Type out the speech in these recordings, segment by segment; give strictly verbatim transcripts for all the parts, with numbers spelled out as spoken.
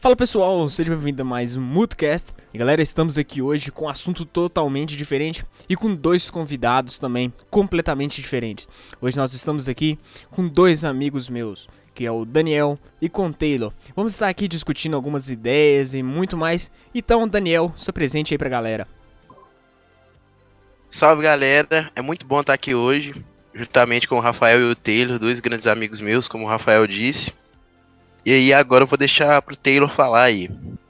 Fala pessoal, seja bem-vindo a mais um Mutcast. E galera, estamos aqui hoje com um assunto totalmente diferente e com dois convidados também completamente diferentes. Hoje nós estamos aqui com dois amigos meus, que é o Daniel e com o Taylor. Vamos estar aqui discutindo algumas ideias e muito mais. Então, Daniel, se presente aí pra galera. Salve galera, é muito bom estar aqui hoje, juntamente com o Rafael e o Taylor, dois grandes amigos meus, como o Rafael disse. E aí agora eu vou deixar pro Taylor falar aí.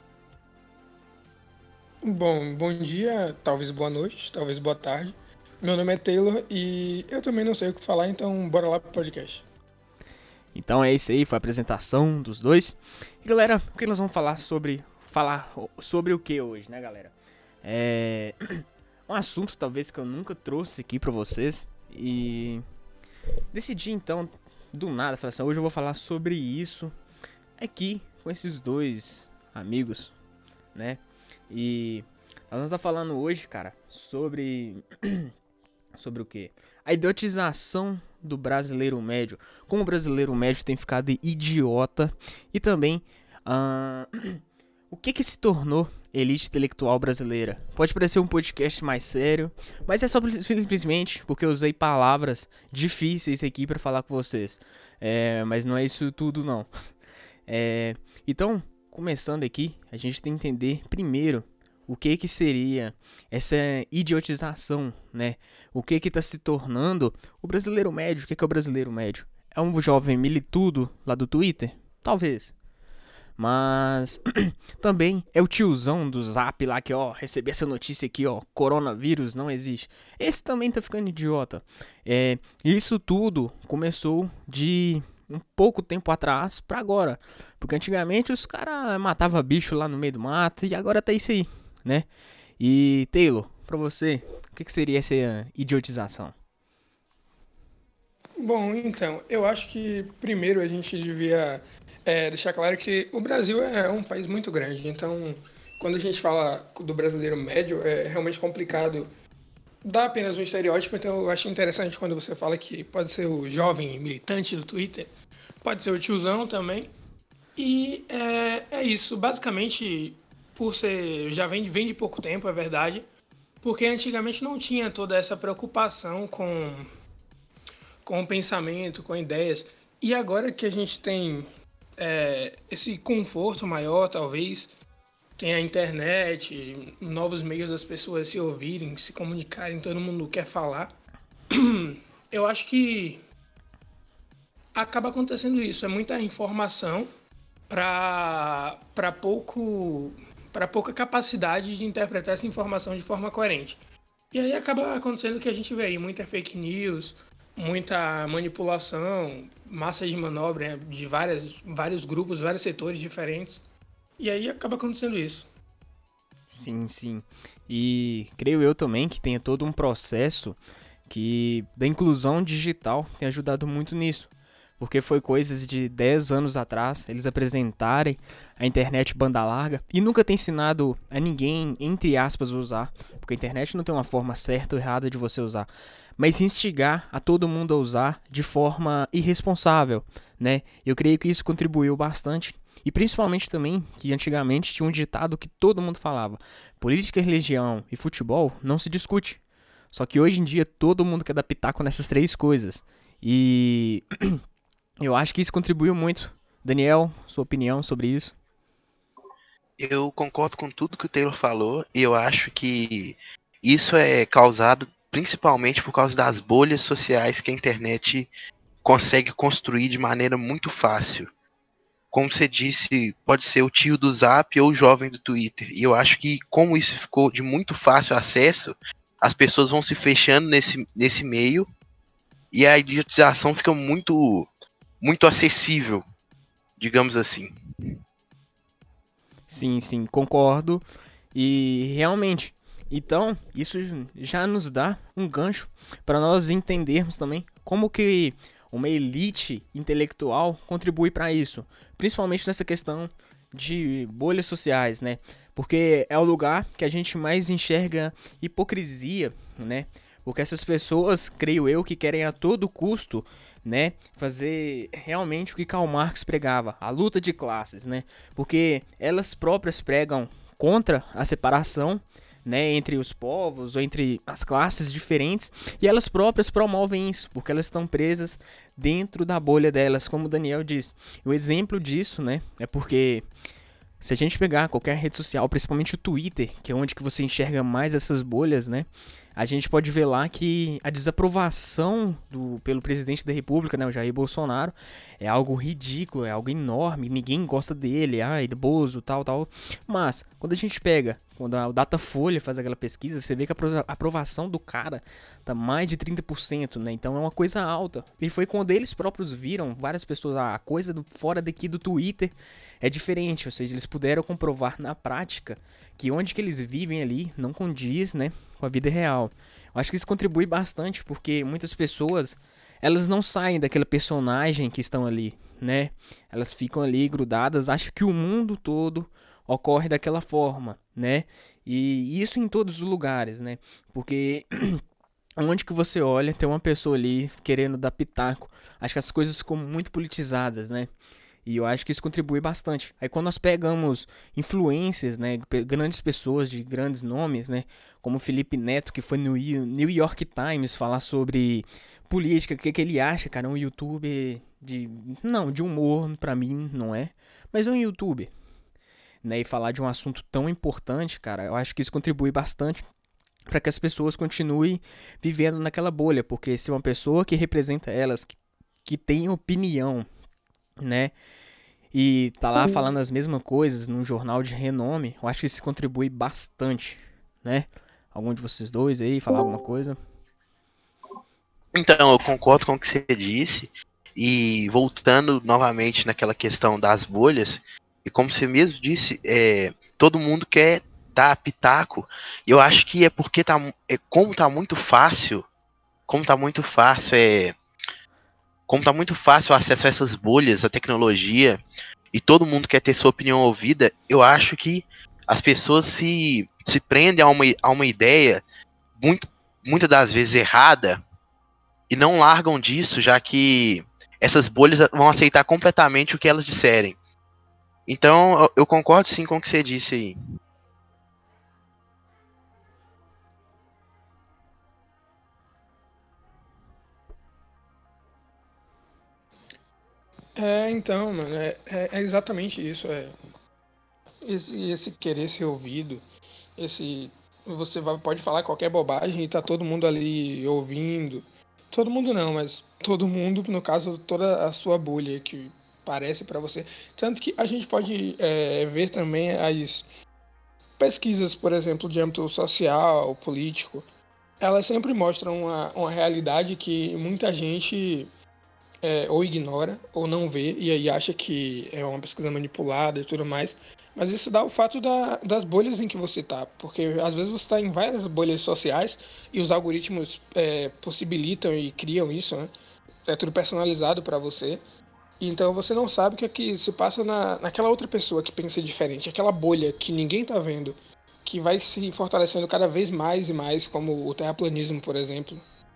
Bom, bom dia, talvez boa noite, talvez boa tarde. Meu nome é Taylor e eu também não sei o que falar, então bora lá pro podcast. Então é isso aí, foi a apresentação dos dois. E galera, o que nós vamos falar sobre falar sobre o que hoje, né, galera? É um assunto talvez que eu nunca trouxe aqui pra vocês e decidi então do nada falar assim, hoje eu vou falar sobre isso aqui com esses dois amigos, né? E nós vamos estar falando hoje, cara, sobre sobre o quê? A idiotização do brasileiro médio, como o brasileiro médio tem ficado idiota e também uh, o que que se tornou elite intelectual brasileira. Pode parecer um podcast mais sério, mas é só simplesmente porque eu usei palavras difíceis aqui para falar com vocês. É, mas não é isso tudo não. É, então, começando aqui, a gente tem que entender primeiro o que que seria essa idiotização, né? O que que está se tornando o brasileiro médio? O que que é o brasileiro médio? É um jovem militudo lá do Twitter? Talvez. Mas também é o tiozão do Zap lá que, ó, recebi essa notícia aqui, ó, coronavírus não existe. Esse também tá ficando idiota. É, isso tudo começou de um pouco tempo atrás pra agora. Porque antigamente os caras matavam bicho lá no meio do mato e agora tá isso aí, né? E, Taylor, pra você, o que, que seria essa idiotização? Bom, então, eu acho que primeiro a gente devia é, deixar claro que o Brasil é um país muito grande, então quando a gente fala do brasileiro médio é realmente complicado dar apenas um estereótipo, então eu acho interessante quando você fala que pode ser o jovem militante do Twitter, pode ser o tiozão também, e é, é isso, basicamente, por ser, já vem, vem de pouco tempo, é verdade, porque antigamente não tinha toda essa preocupação com, com o pensamento, com ideias, e agora que a gente tem é, esse conforto maior, talvez, tem a internet, novos meios das pessoas se ouvirem, se comunicarem, todo mundo quer falar. Eu acho que acaba acontecendo isso, é muita informação para para pouco para pouca capacidade de interpretar essa informação de forma coerente. E aí acaba acontecendo o que a gente vê aí, muita fake news, muita manipulação, massa de manobra de várias, vários grupos, vários setores diferentes. E aí acaba acontecendo isso. Sim, sim. E creio eu também que tenha todo um processo que da inclusão digital tem ajudado muito nisso. Porque foi coisas de dez anos atrás eles apresentarem a internet banda larga e nunca tem ensinado a ninguém, entre aspas, usar. Porque a internet não tem uma forma certa ou errada de você usar. Mas instigar a todo mundo a usar de forma irresponsável, né? Eu creio que isso contribuiu bastante. E principalmente também que antigamente tinha um ditado que todo mundo falava: política, religião e futebol não se discute. Só que hoje em dia todo mundo quer dar pitaco nessas três coisas. E eu acho que isso contribuiu muito. Daniel, sua opinião sobre isso? Eu concordo com tudo que o Taylor falou e eu acho que isso é causado principalmente por causa das bolhas sociais que a internet consegue construir de maneira muito fácil. Como você disse, pode ser o tio do Zap ou o jovem do Twitter. E eu acho que como isso ficou de muito fácil acesso, as pessoas vão se fechando nesse, nesse meio e a idiotização fica muito, muito acessível, digamos assim. Sim, sim, concordo. E realmente, então, isso já nos dá um gancho para nós entendermos também como que uma elite intelectual contribui para isso, principalmente nessa questão de bolhas sociais, né? Porque é o lugar que a gente mais enxerga hipocrisia, né? Porque essas pessoas, creio eu, que querem a todo custo né, fazer realmente o que Karl Marx pregava, a luta de classes, né, porque elas próprias pregam contra a separação, né, entre os povos ou entre as classes diferentes, e elas próprias promovem isso, porque elas estão presas dentro da bolha delas, como o Daniel disse. O exemplo disso, né, é porque se a gente pegar qualquer rede social, principalmente o Twitter, que é onde que você enxerga mais essas bolhas, né, a gente pode ver lá que a desaprovação do, pelo presidente da República, né, o Jair Bolsonaro, é algo ridículo, é algo enorme, ninguém gosta dele, ai, do Bozo, tal, tal. Mas, quando a gente pega, quando a Datafolha faz aquela pesquisa, você vê que a aprovação do cara tá mais de trinta por cento, né, então é uma coisa alta. E foi quando eles próprios viram, várias pessoas, ah, a coisa do, fora daqui do Twitter é diferente, ou seja, eles puderam comprovar na prática que onde que eles vivem ali não condiz, né, com a vida real. Eu acho que isso contribui bastante, porque muitas pessoas, elas não saem daquela personagem que estão ali, né? Elas ficam ali grudadas, acham que o mundo todo ocorre daquela forma, né? E isso em todos os lugares, né? Porque onde que você olha, tem uma pessoa ali querendo dar pitaco. Acho que as coisas ficam muito politizadas, né? E eu acho que isso contribui bastante. Aí quando nós pegamos influências, né, grandes pessoas de grandes nomes, né, como o Felipe Neto, que foi no New York Times falar sobre política, o que, que ele acha, cara, um youtuber de... Não, de humor pra mim não é, mas é um youtuber. Né, e falar de um assunto tão importante, cara, eu acho que isso contribui bastante para que as pessoas continuem vivendo naquela bolha, porque se uma pessoa que representa elas, que, que tem opinião, né, e tá lá falando as mesmas coisas num jornal de renome, eu acho que isso contribui bastante, né? Algum de vocês dois aí, falar alguma coisa? Então, eu concordo com o que você disse, e voltando novamente naquela questão das bolhas, e como você mesmo disse, é, todo mundo quer dar pitaco, e eu acho que é porque tá, é, como tá muito fácil, como tá muito fácil, é... Como tá muito fácil o acesso a essas bolhas, a tecnologia, e todo mundo quer ter sua opinião ouvida, eu acho que as pessoas se, se prendem a uma, a uma ideia, muito, muitas das vezes errada, e não largam disso, já que essas bolhas vão aceitar completamente o que elas disserem. Então, eu, eu concordo sim com o que você disse aí. É, então, mano, é, é, é exatamente isso. É. Esse, esse querer ser ouvido, esse. Você vai, pode falar qualquer bobagem e tá todo mundo ali ouvindo. Todo mundo não, mas todo mundo, no caso, toda a sua bolha que parece pra você. Tanto que a gente pode é, ver também as pesquisas, por exemplo, de âmbito social, político. Elas sempre mostram uma, uma realidade que muita gente é, ou ignora ou não vê e aí acha que é uma pesquisa manipulada e tudo mais. Mas isso dá o fato da, das bolhas em que você está, porque às vezes você está em várias bolhas sociais e os algoritmos é, possibilitam e criam isso, né? É tudo personalizado para você. Então você não sabe o que, é que se passa na, naquela outra pessoa que pensa diferente, aquela bolha que ninguém está vendo, que vai se fortalecendo cada vez mais e mais, como o terraplanismo, por exemplo.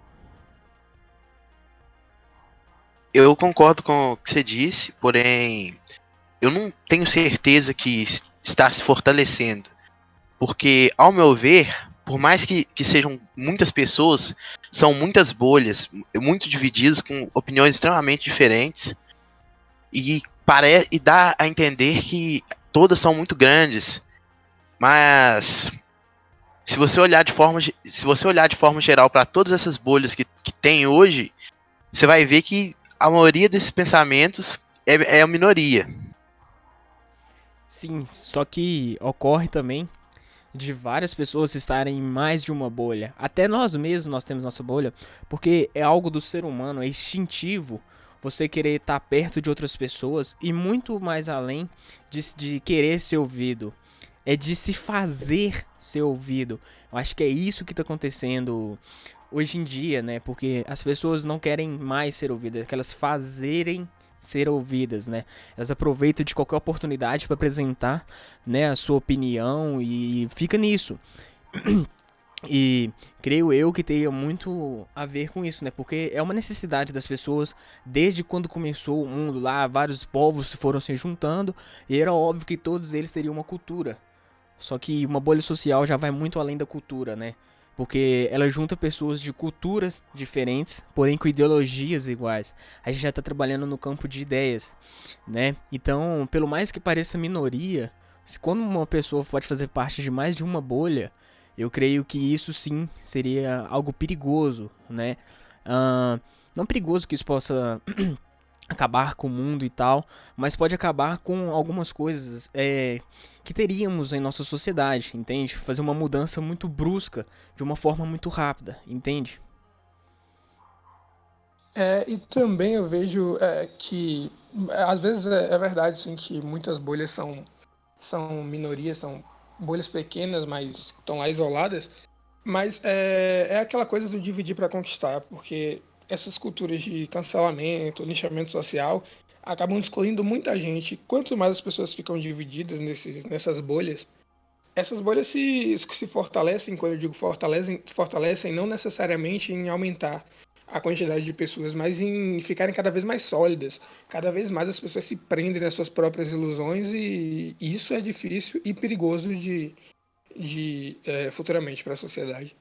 Eu concordo com o que você disse, porém, eu não tenho certeza que está se fortalecendo. Porque, ao meu ver, por mais que, que sejam muitas pessoas, são muitas bolhas, muito divididas, com opiniões extremamente diferentes. E, pare... e dá a entender que todas são muito grandes. Mas, se você olhar de forma, se você olhar de forma geral para todas essas bolhas que, que tem hoje, você vai ver que a maioria desses pensamentos é, é a minoria. Sim, só que ocorre também de várias pessoas estarem em mais de uma bolha. Até nós mesmos nós temos nossa bolha, porque é algo do ser humano, é instintivo você querer estar perto de outras pessoas e muito mais além de, de querer ser ouvido. É de se fazer ser ouvido. Eu acho que é isso que está acontecendo hoje em dia, né? Porque as pessoas não querem mais ser ouvidas, que elas fazerem ser ouvidas, né? Elas aproveitam de qualquer oportunidade para apresentar, né, a sua opinião e fica nisso. E creio eu que tenha muito a ver com isso, né? Porque é uma necessidade das pessoas, desde quando começou o mundo lá, vários povos foram se juntando, e era óbvio que todos eles teriam uma cultura. Só que uma bolha social já vai muito além da cultura, né? Porque ela junta pessoas de culturas diferentes, porém com ideologias iguais. A gente já está trabalhando no campo de ideias, né? Então, pelo mais que pareça minoria, quando uma pessoa pode fazer parte de mais de uma bolha, eu creio que isso sim seria algo perigoso, né? Uh, não perigoso que isso possa acabar com o mundo e tal, mas pode acabar com algumas coisas é, que teríamos em nossa sociedade, entende? Fazer uma mudança muito brusca, de uma forma muito rápida, entende? É, e também eu vejo é, que, às vezes é, é verdade, sim, que muitas bolhas são, são minorias, são bolhas pequenas, mas estão lá isoladas, mas é, é aquela coisa do dividir para conquistar, porque essas culturas de cancelamento, lixamento social, acabam excluindo muita gente. Quanto mais as pessoas ficam divididas nesses, nessas bolhas, essas bolhas se, se fortalecem, quando eu digo fortalecem, fortalecem não necessariamente em aumentar a quantidade de pessoas, mas em ficarem cada vez mais sólidas. Cada vez mais as pessoas se prendem nas suas próprias ilusões e isso é difícil e perigoso de, de é, futuramente para a sociedade.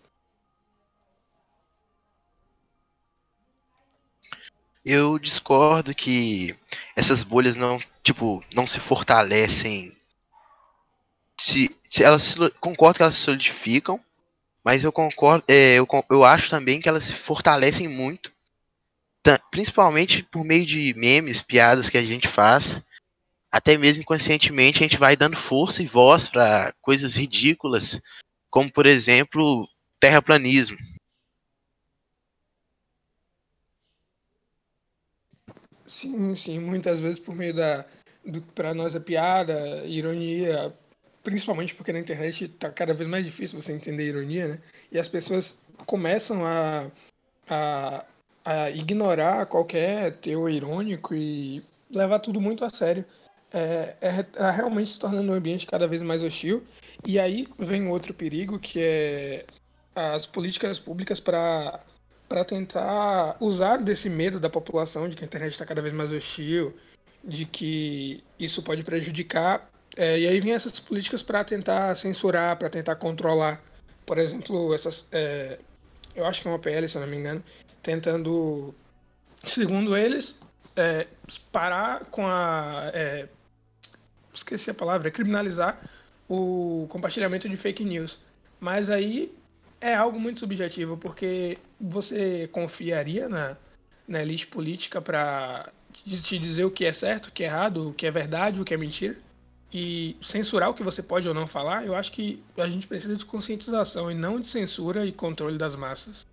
Eu discordo que essas bolhas não, tipo, não se fortalecem. Se, se elas se- concordo que elas se solidificam, mas eu concordo, é, eu, con- eu acho também que elas se fortalecem muito, ta- principalmente por meio de memes, piadas que a gente faz. Até mesmo inconscientemente a gente vai dando força e voz para coisas ridículas, como por exemplo, terraplanismo. Sim, sim, muitas vezes por meio da, do para nós é piada, ironia, principalmente porque na internet está cada vez mais difícil você entender ironia, né? E as pessoas começam a, a, a ignorar qualquer teor irônico e levar tudo muito a sério. É, é, é realmente se tornando um ambiente cada vez mais hostil. E aí vem outro perigo, que é as políticas públicas para para tentar usar desse medo da população de que a internet está cada vez mais hostil, de que isso pode prejudicar. É, e aí vem essas políticas para tentar censurar, para tentar controlar. Por exemplo, essas, é, eu acho que é uma P L, se eu não me engano, tentando, segundo eles, é, parar com a. É, esqueci a palavra, é criminalizar o compartilhamento de fake news. Mas aí é algo muito subjetivo, porque você confiaria na, na elite política para te dizer o que é certo, o que é errado, o que é verdade, o que é mentira? E censurar o que você pode ou não falar? Eu acho que a gente precisa de conscientização e não de censura e controle das massas.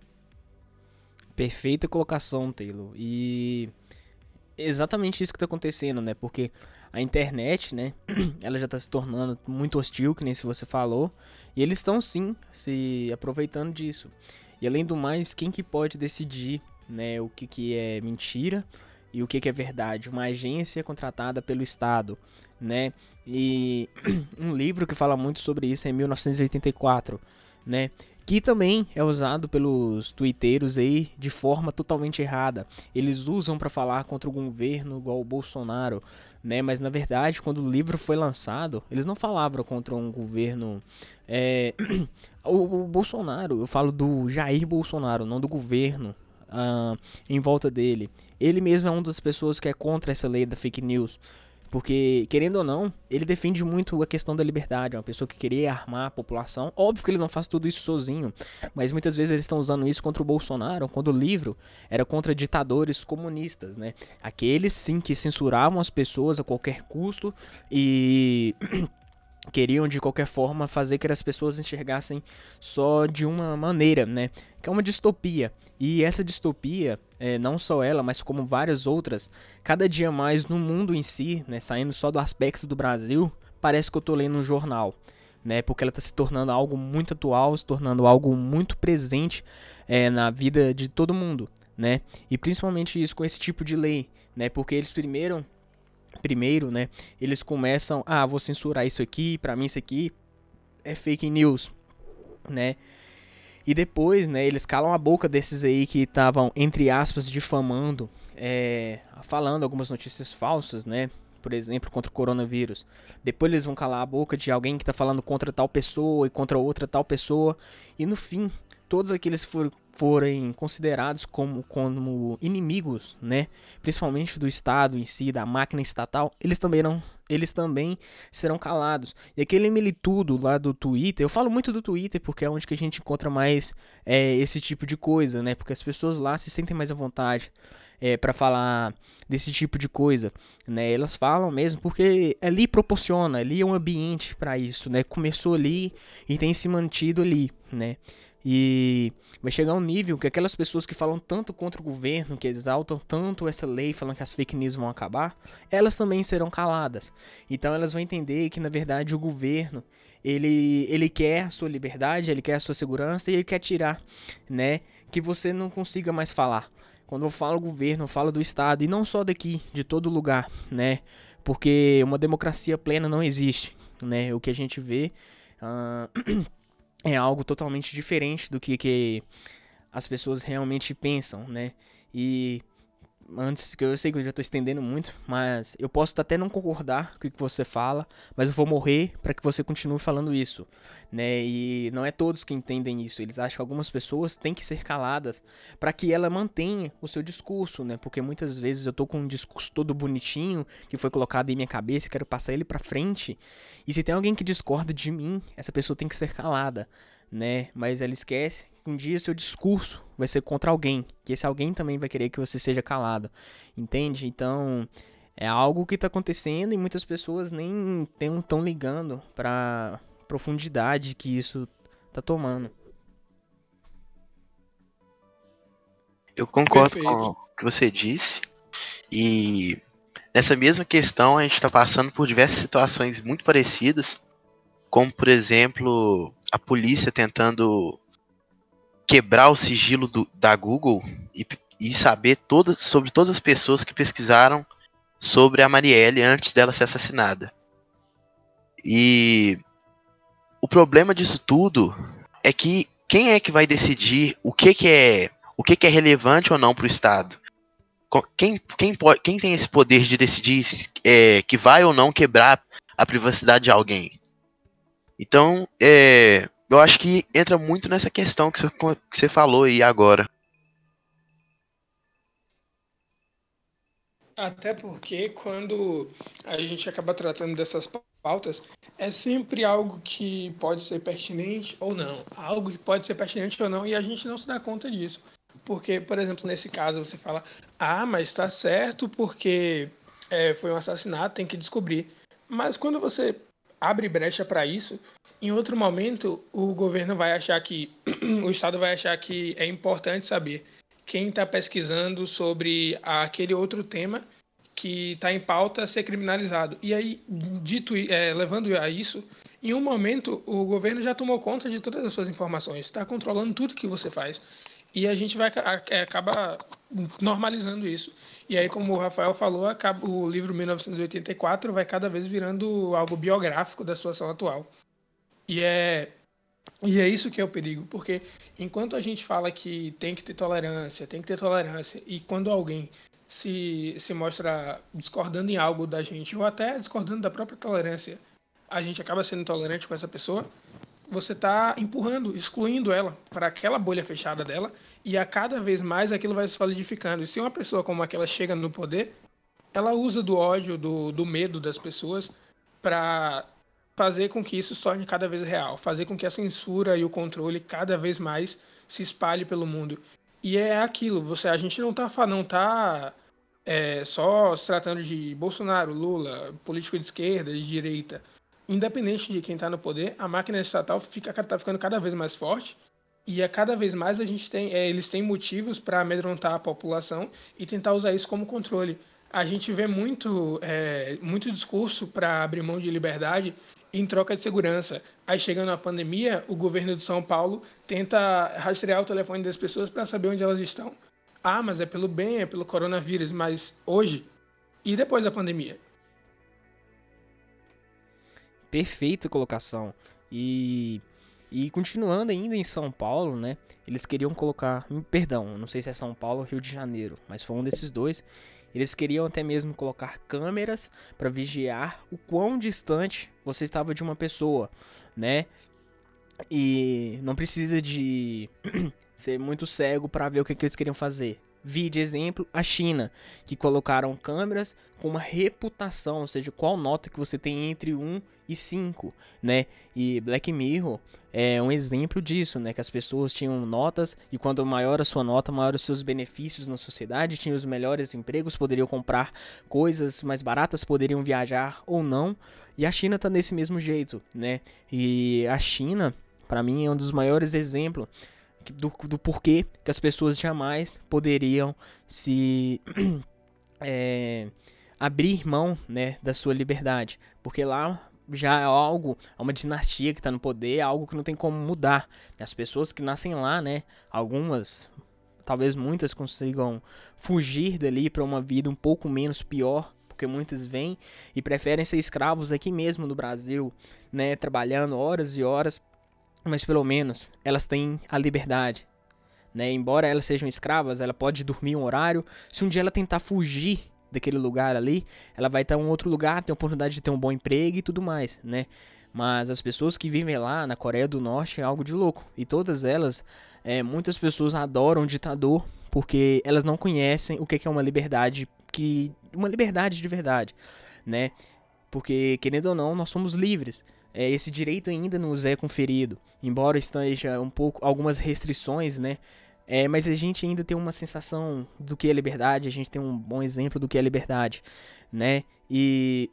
Perfeita colocação, Taylor. E exatamente isso que tá acontecendo, né? Porque a internet, né, ela já tá se tornando muito hostil, que nem se você falou, e eles estão sim se aproveitando disso. E além do mais, quem que pode decidir, né, o que que é mentira e o que que é verdade? Uma agência contratada pelo Estado, né? E um livro que fala muito sobre isso é em mil novecentos e oitenta e quatro, né? Que também é usado pelos twitteiros aí de forma totalmente errada. Eles usam para falar contra o governo igual o Bolsonaro, né? Mas na verdade, quando o livro foi lançado, eles não falavam contra um governo. É... o, o Bolsonaro, eu falo do Jair Bolsonaro, não do governo. ah, em volta dele. Ele mesmo é uma das pessoas que é contra essa lei da fake news. Porque, querendo ou não, ele defende muito a questão da liberdade. É uma pessoa que queria armar a população. Óbvio que ele não faz tudo isso sozinho. Mas muitas vezes eles estão usando isso contra o Bolsonaro. Quando o livro era contra ditadores comunistas, né? Aqueles sim que censuravam as pessoas a qualquer custo. E queriam de qualquer forma fazer que as pessoas enxergassem só de uma maneira, né? Que é uma distopia. E essa distopia, é, não só ela, mas como várias outras, cada dia mais no mundo em si, né, saindo só do aspecto do Brasil, parece que eu tô lendo um jornal, né? Porque ela está se tornando algo muito atual, se tornando algo muito presente é, na vida de todo mundo, né? E principalmente isso com esse tipo de lei, né? Porque eles primeiro Primeiro, né, eles começam, ah, vou censurar isso aqui, pra mim isso aqui é fake news, né? E depois, né, eles calam a boca desses aí que estavam, entre aspas, difamando, é, falando algumas notícias falsas, né? Por exemplo, contra o coronavírus. Depois eles vão calar a boca de alguém que tá falando contra tal pessoa e contra outra tal pessoa. E no fim, todos aqueles for, forem considerados como, como inimigos, né? Principalmente do Estado em si, da máquina estatal, eles também não, eles também serão calados. E aquele militudo lá do Twitter, eu falo muito do Twitter porque é onde que a gente encontra mais é, esse tipo de coisa, né? Porque as pessoas lá se sentem mais à vontade é, para falar desse tipo de coisa, né? Elas falam mesmo porque ali proporciona, ali é um ambiente para isso, né? Começou ali e tem se mantido ali, né? E vai chegar um nível que aquelas pessoas que falam tanto contra o governo, que exaltam tanto essa lei, falando que as fake news vão acabar, elas também serão caladas. Então elas vão entender que na verdade o governo, ele, ele quer a sua liberdade, ele quer a sua segurança e ele quer tirar, né, que você não consiga mais falar. Quando eu falo governo, eu falo do Estado, e não só daqui, de todo lugar, né? Porque uma democracia plena não existe, né? O que a gente vê uh, é algo totalmente diferente do que, que as pessoas realmente pensam, né? E antes, que eu sei que eu já tô estendendo muito, mas eu posso até não concordar com o que você fala, mas eu vou morrer para que você continue falando isso, né? E não é todos que entendem isso. Eles acham que algumas pessoas têm que ser caladas para que ela mantenha o seu discurso, né? Porque muitas vezes eu tô com um discurso todo bonitinho que foi colocado em minha cabeça e quero passar ele para frente. E se tem alguém que discorda de mim, essa pessoa tem que ser calada, né? Mas ela esquece que um dia seu discurso vai ser contra alguém, que esse alguém também vai querer que você seja calado, entende? Então é algo que está acontecendo e muitas pessoas nem estão ligando para profundidade que isso tá tomando. Eu concordo Perfeito. com o que você disse, e nessa mesma questão a gente está passando por diversas situações muito parecidas, como por exemplo a polícia tentando quebrar o sigilo do, da Google e, e saber todas, sobre todas as pessoas que pesquisaram sobre a Marielle antes dela ser assassinada. E o problema disso tudo é que quem é que vai decidir o que, que é o que, que é relevante ou não para o Estado? Quem, quem, pode, quem tem esse poder de decidir é, que vai ou não quebrar a privacidade de alguém? Então, é, eu acho que entra muito nessa questão que você, que você falou aí agora. Até porque quando a gente acaba tratando dessas pautas, é sempre algo que pode ser pertinente ou não. Algo que pode ser pertinente ou não, e a gente não se dá conta disso. Porque, por exemplo, nesse caso você fala, ah, mas está certo porque é, foi um assassinato, tem que descobrir. Mas quando você abre brecha para isso, em outro momento o governo vai achar que, o Estado vai achar que é importante saber quem está pesquisando sobre aquele outro tema que está em pauta ser criminalizado. E aí, dito, é, levando a isso, em um momento o governo já tomou conta de todas as suas informações, está controlando tudo que você faz. E a gente vai é, acaba normalizando isso. E aí, como o Rafael falou, acaba, o livro mil novecentos e oitenta e quatro vai cada vez virando algo biográfico da situação atual. E é e é isso que é o perigo, porque enquanto a gente fala que tem que ter tolerância, tem que ter tolerância, e quando alguém se, se mostra discordando em algo da gente, ou até discordando da própria tolerância, a gente acaba sendo intolerante com essa pessoa, você está empurrando, excluindo ela para aquela bolha fechada dela, e a cada vez mais aquilo vai se solidificando. E se uma pessoa como aquela chega no poder, ela usa do ódio, do, do medo das pessoas para fazer com que isso se torne cada vez real, fazer com que a censura e o controle cada vez mais se espalhe pelo mundo. E é aquilo, você, a gente não está não tá, é, só se tratando de Bolsonaro, Lula, político de esquerda, de direita. Independente de quem está no poder, a máquina estatal fica tá ficando cada vez mais forte e a cada vez mais a gente tem, é, eles têm motivos para amedrontar a população e tentar usar isso como controle. A gente vê muito, é, muito discurso para abrir mão de liberdade em troca de segurança. Aí, chegando a pandemia, o governo de São Paulo tenta rastrear o telefone das pessoas para saber onde elas estão. Ah, mas é pelo bem, é pelo coronavírus. Mas hoje, e depois da pandemia? Perfeita colocação. E E continuando ainda em São Paulo, né, eles queriam colocar, perdão, não sei se é São Paulo ou Rio de Janeiro, mas foi um desses dois. Eles queriam até mesmo colocar câmeras para vigiar o quão distante você estava de uma pessoa, né? E não precisa de ser muito cego para ver o que, que eles queriam fazer. Vi de exemplo a China, que colocaram câmeras com uma reputação, ou seja, qual nota que você tem entre um e cinco, né? E Black Mirror é um exemplo disso, né? Que as pessoas tinham notas e quanto maior a sua nota, maior os seus benefícios na sociedade, tinham os melhores empregos, poderiam comprar coisas mais baratas, poderiam viajar ou não. E a China tá desse mesmo jeito, né? E a China, para mim, é um dos maiores exemplos Do, do porquê que as pessoas jamais poderiam se é, abrir mão, né, da sua liberdade, porque lá já é algo, é uma dinastia que está no poder, é algo que não tem como mudar. As pessoas que nascem lá, né, algumas, talvez muitas consigam fugir dali para uma vida um pouco menos pior, porque muitas vêm e preferem ser escravos aqui mesmo no Brasil, né, trabalhando horas e horas. Mas pelo menos elas têm a liberdade, né? Embora elas sejam escravas, ela pode dormir um horário. Se um dia ela tentar fugir daquele lugar ali, ela vai estar em um outro lugar, ter a oportunidade de ter um bom emprego e tudo mais, né? Mas as pessoas que vivem lá na Coreia do Norte é algo de louco. E todas elas, é, muitas pessoas adoram o ditador porque elas não conhecem o que é uma liberdade, que uma liberdade de verdade, né? Porque, querendo ou não, nós somos livres. É, esse direito ainda nos é conferido, embora esteja um pouco algumas restrições, né? É, mas a gente ainda tem uma sensação do que é liberdade, a gente tem um bom exemplo do que é liberdade, né? E,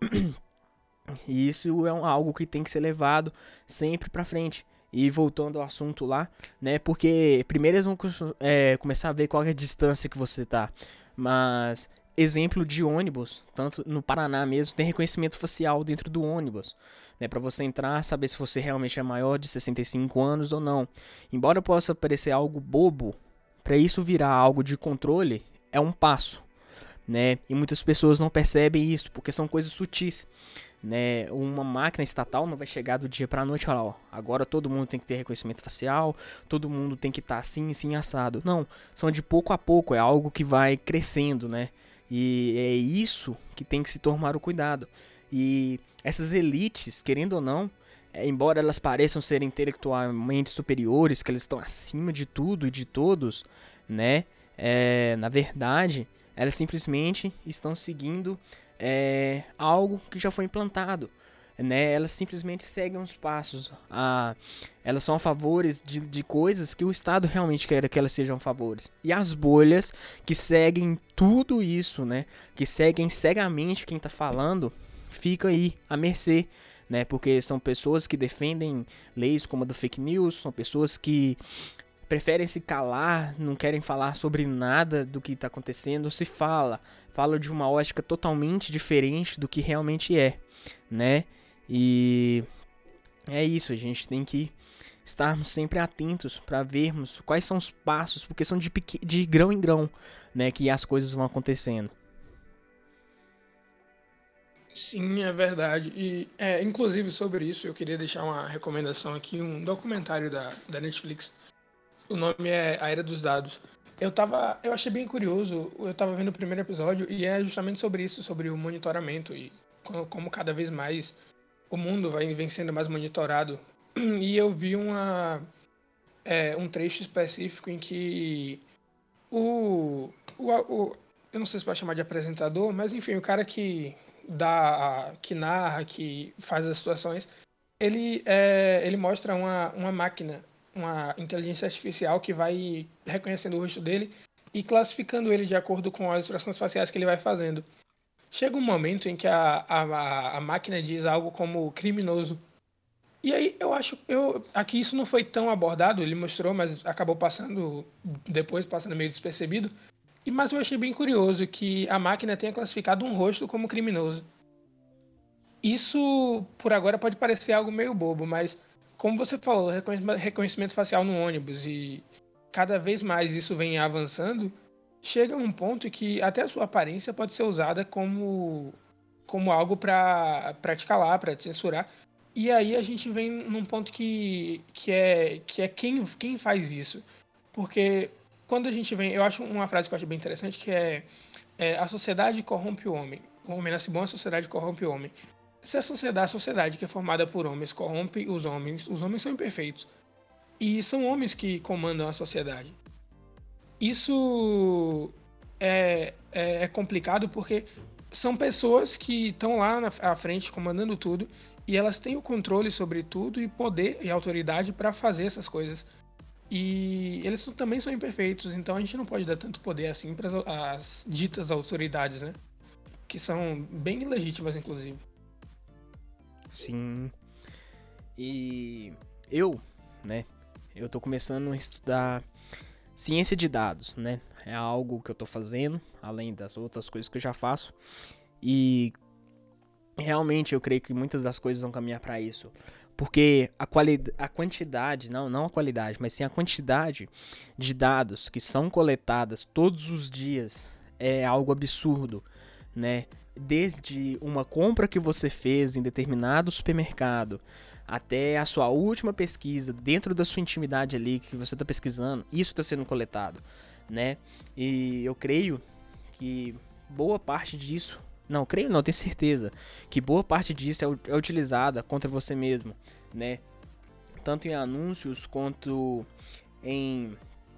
e isso é um, algo que tem que ser levado sempre pra frente. E voltando ao assunto lá, né? Porque primeiro eles vão é, começar a ver qual é a distância que você tá, mas exemplo de ônibus, tanto no Paraná mesmo, tem reconhecimento facial dentro do ônibus, né, para você entrar, saber se você realmente é maior de sessenta e cinco anos ou não. Embora possa parecer algo bobo, para isso virar algo de controle é um passo, né? E muitas pessoas não percebem isso porque são coisas sutis, né? Uma máquina estatal não vai chegar do dia para a noite e falar, ó, agora todo mundo tem que ter reconhecimento facial, todo mundo tem que estar tá assim, assim assado. Não, são de pouco a pouco, é algo que vai crescendo, né? E é isso que tem que se tomar o cuidado. E essas elites, querendo ou não, é, embora elas pareçam ser intelectualmente superiores, que elas estão acima de tudo e de todos, né? É, na verdade, elas simplesmente estão seguindo é, algo que já foi implantado, né? Elas simplesmente seguem os passos. A, elas são a favores de, de coisas que o Estado realmente quer que elas sejam a favores. E as bolhas que seguem tudo isso, né? Que seguem cegamente quem está falando, fica aí à mercê, né? Porque são pessoas que defendem leis como a do fake news, são pessoas que preferem se calar, não querem falar sobre nada do que está acontecendo. Se fala, fala de uma ótica totalmente diferente do que realmente é, né? E é isso, a gente tem que estarmos sempre atentos para vermos quais são os passos, porque são de, pequ... de grão em grão, né, que as coisas vão acontecendo. Sim, é verdade. E, é, inclusive, sobre isso, eu queria deixar uma recomendação aqui, um documentário da, da Netflix. O nome é A Era dos Dados. Eu tava, eu achei bem curioso, eu estava vendo o primeiro episódio e é justamente sobre isso, sobre o monitoramento e como, como cada vez mais o mundo vai vem sendo mais monitorado. E eu vi uma, é, um trecho específico em que o, o, o... Eu não sei se pode chamar de apresentador, mas enfim, o cara que dá, que narra, que faz as situações, ele, é, ele mostra uma, uma máquina, uma inteligência artificial que vai reconhecendo o rosto dele e classificando ele de acordo com as expressões faciais que ele vai fazendo. Chega um momento em que a, a, a máquina diz algo como criminoso. E aí eu acho, eu, aqui isso não foi tão abordado, ele mostrou, mas acabou passando, depois passando meio despercebido. E, mas eu achei bem curioso que a máquina tenha classificado um rosto como criminoso. Isso, por agora, pode parecer algo meio bobo, mas como você falou, reconhecimento facial no ônibus e cada vez mais isso vem avançando, chega um ponto que até a sua aparência pode ser usada como, como algo para te calar, para te censurar. E aí a gente vem num ponto que, que é, que é quem, quem faz isso. Porque quando a gente vem... Eu acho uma frase que eu acho bem interessante, que é, é a sociedade corrompe o homem. O homem nasce bom, a sociedade corrompe o homem. Se a sociedade, a sociedade que é formada por homens corrompe os homens, os homens são imperfeitos. E são homens que comandam a sociedade. Isso é, é, é complicado porque são pessoas que estão lá na à frente comandando tudo e elas têm o controle sobre tudo e poder e autoridade para fazer essas coisas. E eles são- também são imperfeitos, então a gente não pode dar tanto poder assim para as ditas autoridades, né? Que são bem ilegítimas, inclusive. Sim. E eu, né? Eu tô começando a estudar ciência de dados, né? É algo que eu tô fazendo, além das outras coisas que eu já faço. E realmente eu creio que muitas das coisas vão caminhar para isso. Porque a, quali a quantidade, não, não a qualidade, mas sim a quantidade de dados que são coletadas todos os dias é algo absurdo, né? Desde uma compra que você fez em determinado supermercado até a sua última pesquisa dentro da sua intimidade ali que você está pesquisando, isso está sendo coletado, né? E eu creio que boa parte disso, não, creio não, tenho certeza que boa parte disso é, é utilizada contra você mesmo, né? Tanto em anúncios quanto em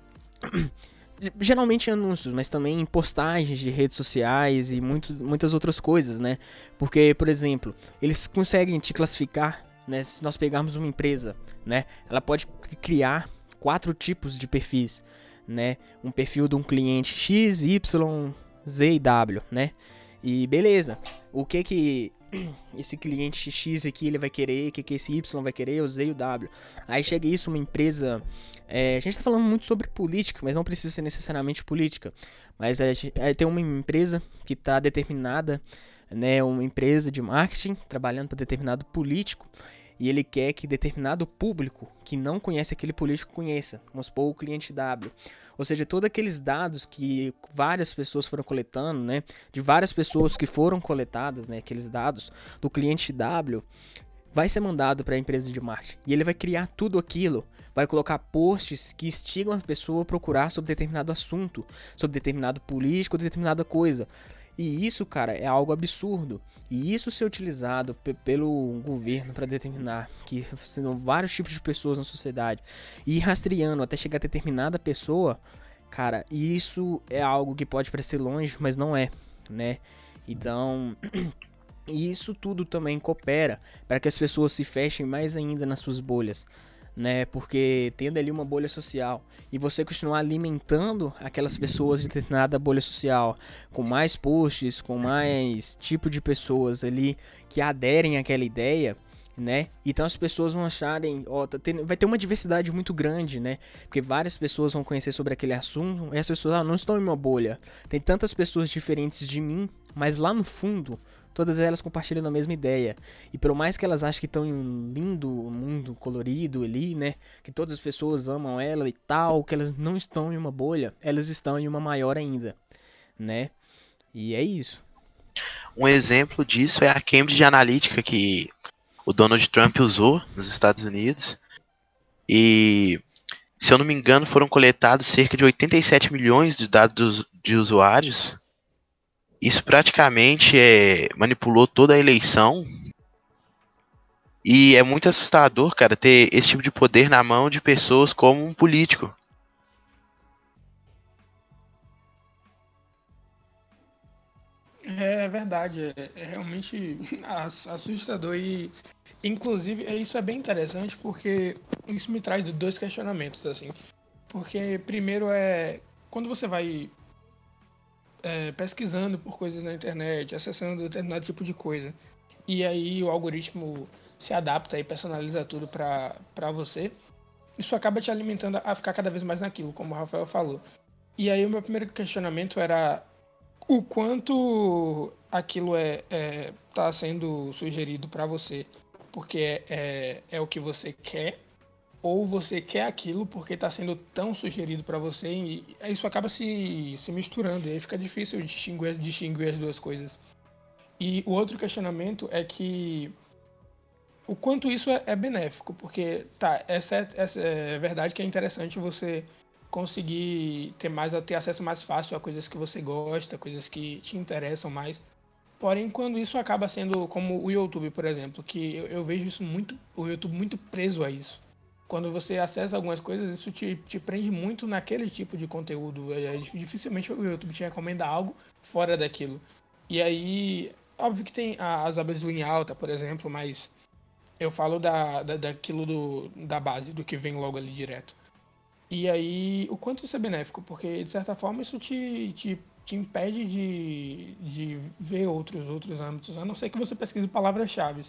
geralmente em anúncios, mas também em postagens de redes sociais e muito, muitas outras coisas, né? Porque, por exemplo, eles conseguem te classificar, né? Se nós pegarmos uma empresa, né? Ela pode criar quatro tipos de perfis, né? Um perfil de um cliente X, Y, Z e W, né? E beleza, o que que esse cliente X aqui ele vai querer, o que que esse Y vai querer, o Z e o W. Aí chega isso, uma empresa... É, a gente tá falando muito sobre política, mas não precisa ser necessariamente política. Mas a gente, é, tem uma empresa que está determinada, né, uma empresa de marketing trabalhando para determinado político, e ele quer que determinado público que não conhece aquele político conheça. Vamos supor o cliente W. Ou seja, todos aqueles dados que várias pessoas foram coletando, né, de várias pessoas que foram coletadas, né, aqueles dados do cliente W, vai ser mandado para a empresa de marketing. E ele vai criar tudo aquilo, vai colocar posts que instigam a pessoa a procurar sobre determinado assunto, sobre determinado político, determinada coisa. E isso, cara, é algo absurdo. E isso ser utilizado p- pelo governo para determinar que são vários tipos de pessoas na sociedade e ir rastreando até chegar a determinada pessoa, cara, isso é algo que pode parecer longe, mas não é, né? Então, e isso tudo também coopera para que as pessoas se fechem mais ainda nas suas bolhas, né? Porque tendo ali uma bolha social e você continuar alimentando aquelas pessoas de determinada bolha social com mais posts, com mais tipo de pessoas ali que aderem àquela ideia, né? Então as pessoas vão acharem, ó, tá tendo, vai ter uma diversidade muito grande, né? Porque várias pessoas vão conhecer sobre aquele assunto e as pessoas ah, não estão em uma bolha. Tem tantas pessoas diferentes de mim, mas lá no fundo todas elas compartilham a mesma ideia. E por mais que elas achem que estão em um lindo mundo colorido ali, né? Que todas as pessoas amam ela e tal, que elas não estão em uma bolha, elas estão em uma maior ainda, né? E é isso. Um exemplo disso é a Cambridge Analytica que o Donald Trump usou nos Estados Unidos. E, se eu não me engano, foram coletados cerca de oitenta e sete milhões de dados de usuários. Isso praticamente é, manipulou toda a eleição. E é muito assustador, cara, ter esse tipo de poder na mão de pessoas como um político. É verdade, é, é realmente ass- assustador e, inclusive, é- isso é bem interessante porque isso me traz dois questionamentos, assim. Porque, primeiro, é quando você vai é, pesquisando por coisas na internet, acessando determinado tipo de coisa, e aí o algoritmo se adapta e personaliza tudo para para você, isso acaba te alimentando a ficar cada vez mais naquilo, como o Rafael falou. E aí o meu primeiro questionamento era o quanto aquilo é, é tá sendo sugerido para você porque é, é, é o que você quer, ou você quer aquilo porque está sendo tão sugerido para você e isso acaba se, se misturando e aí fica difícil distinguir, distinguir as duas coisas. E o outro questionamento é que o quanto isso é, é benéfico, porque, tá, essa é, essa é verdade que é interessante você conseguir ter mais, ter acesso mais fácil a coisas que você gosta, coisas que te interessam mais. Porém, quando isso acaba sendo como o YouTube, por exemplo, que eu, eu vejo isso muito, o YouTube muito preso a isso. Quando você acessa algumas coisas, isso te, te prende muito naquele tipo de conteúdo. É, dificilmente o YouTube te recomenda algo fora daquilo. E aí, óbvio que tem as abas do em alta, por exemplo, mas eu falo da, da, daquilo do, da base, do que vem logo ali direto. E aí, o quanto isso é benéfico, porque de certa forma isso te, te, te impede de, de ver outros, outros âmbitos, a não ser que você pesquise palavras-chave.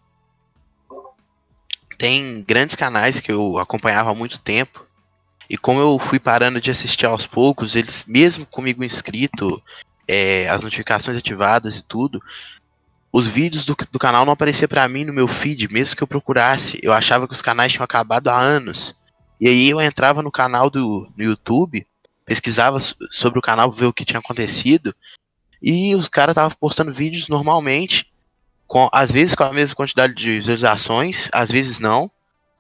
Tem grandes canais que eu acompanhava há muito tempo, e como eu fui parando de assistir aos poucos, eles, mesmo comigo inscrito, é, as notificações ativadas e tudo, os vídeos do, do canal não apareciam pra mim no meu feed, mesmo que eu procurasse. Eu achava que os canais tinham acabado há anos. E aí eu entrava no canal do no YouTube, pesquisava sobre o canal pra ver o que tinha acontecido, e os caras estavam postando vídeos normalmente, com, às vezes com a mesma quantidade de visualizações, às vezes não.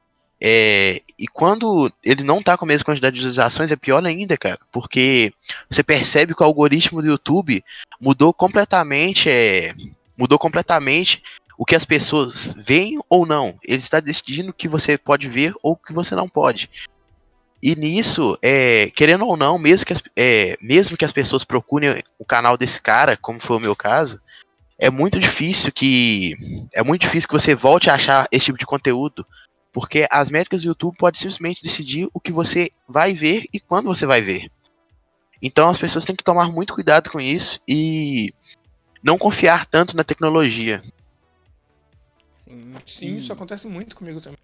É, e quando ele não tá com a mesma quantidade de visualizações, é pior ainda, cara, porque você percebe que o algoritmo do YouTube mudou completamente, é, mudou completamente o que as pessoas veem ou não. Ele está decidindo o que você pode ver ou o que você não pode. E nisso, é, querendo ou não, mesmo que, as, é, mesmo que as pessoas procurem o canal desse cara, como foi o meu caso, é muito difícil que é muito difícil que você volte a achar esse tipo de conteúdo, porque as métricas do YouTube podem simplesmente decidir o que você vai ver e quando você vai ver. Então as pessoas têm que tomar muito cuidado com isso e não confiar tanto na tecnologia. Sim, Sim e... isso acontece muito comigo também.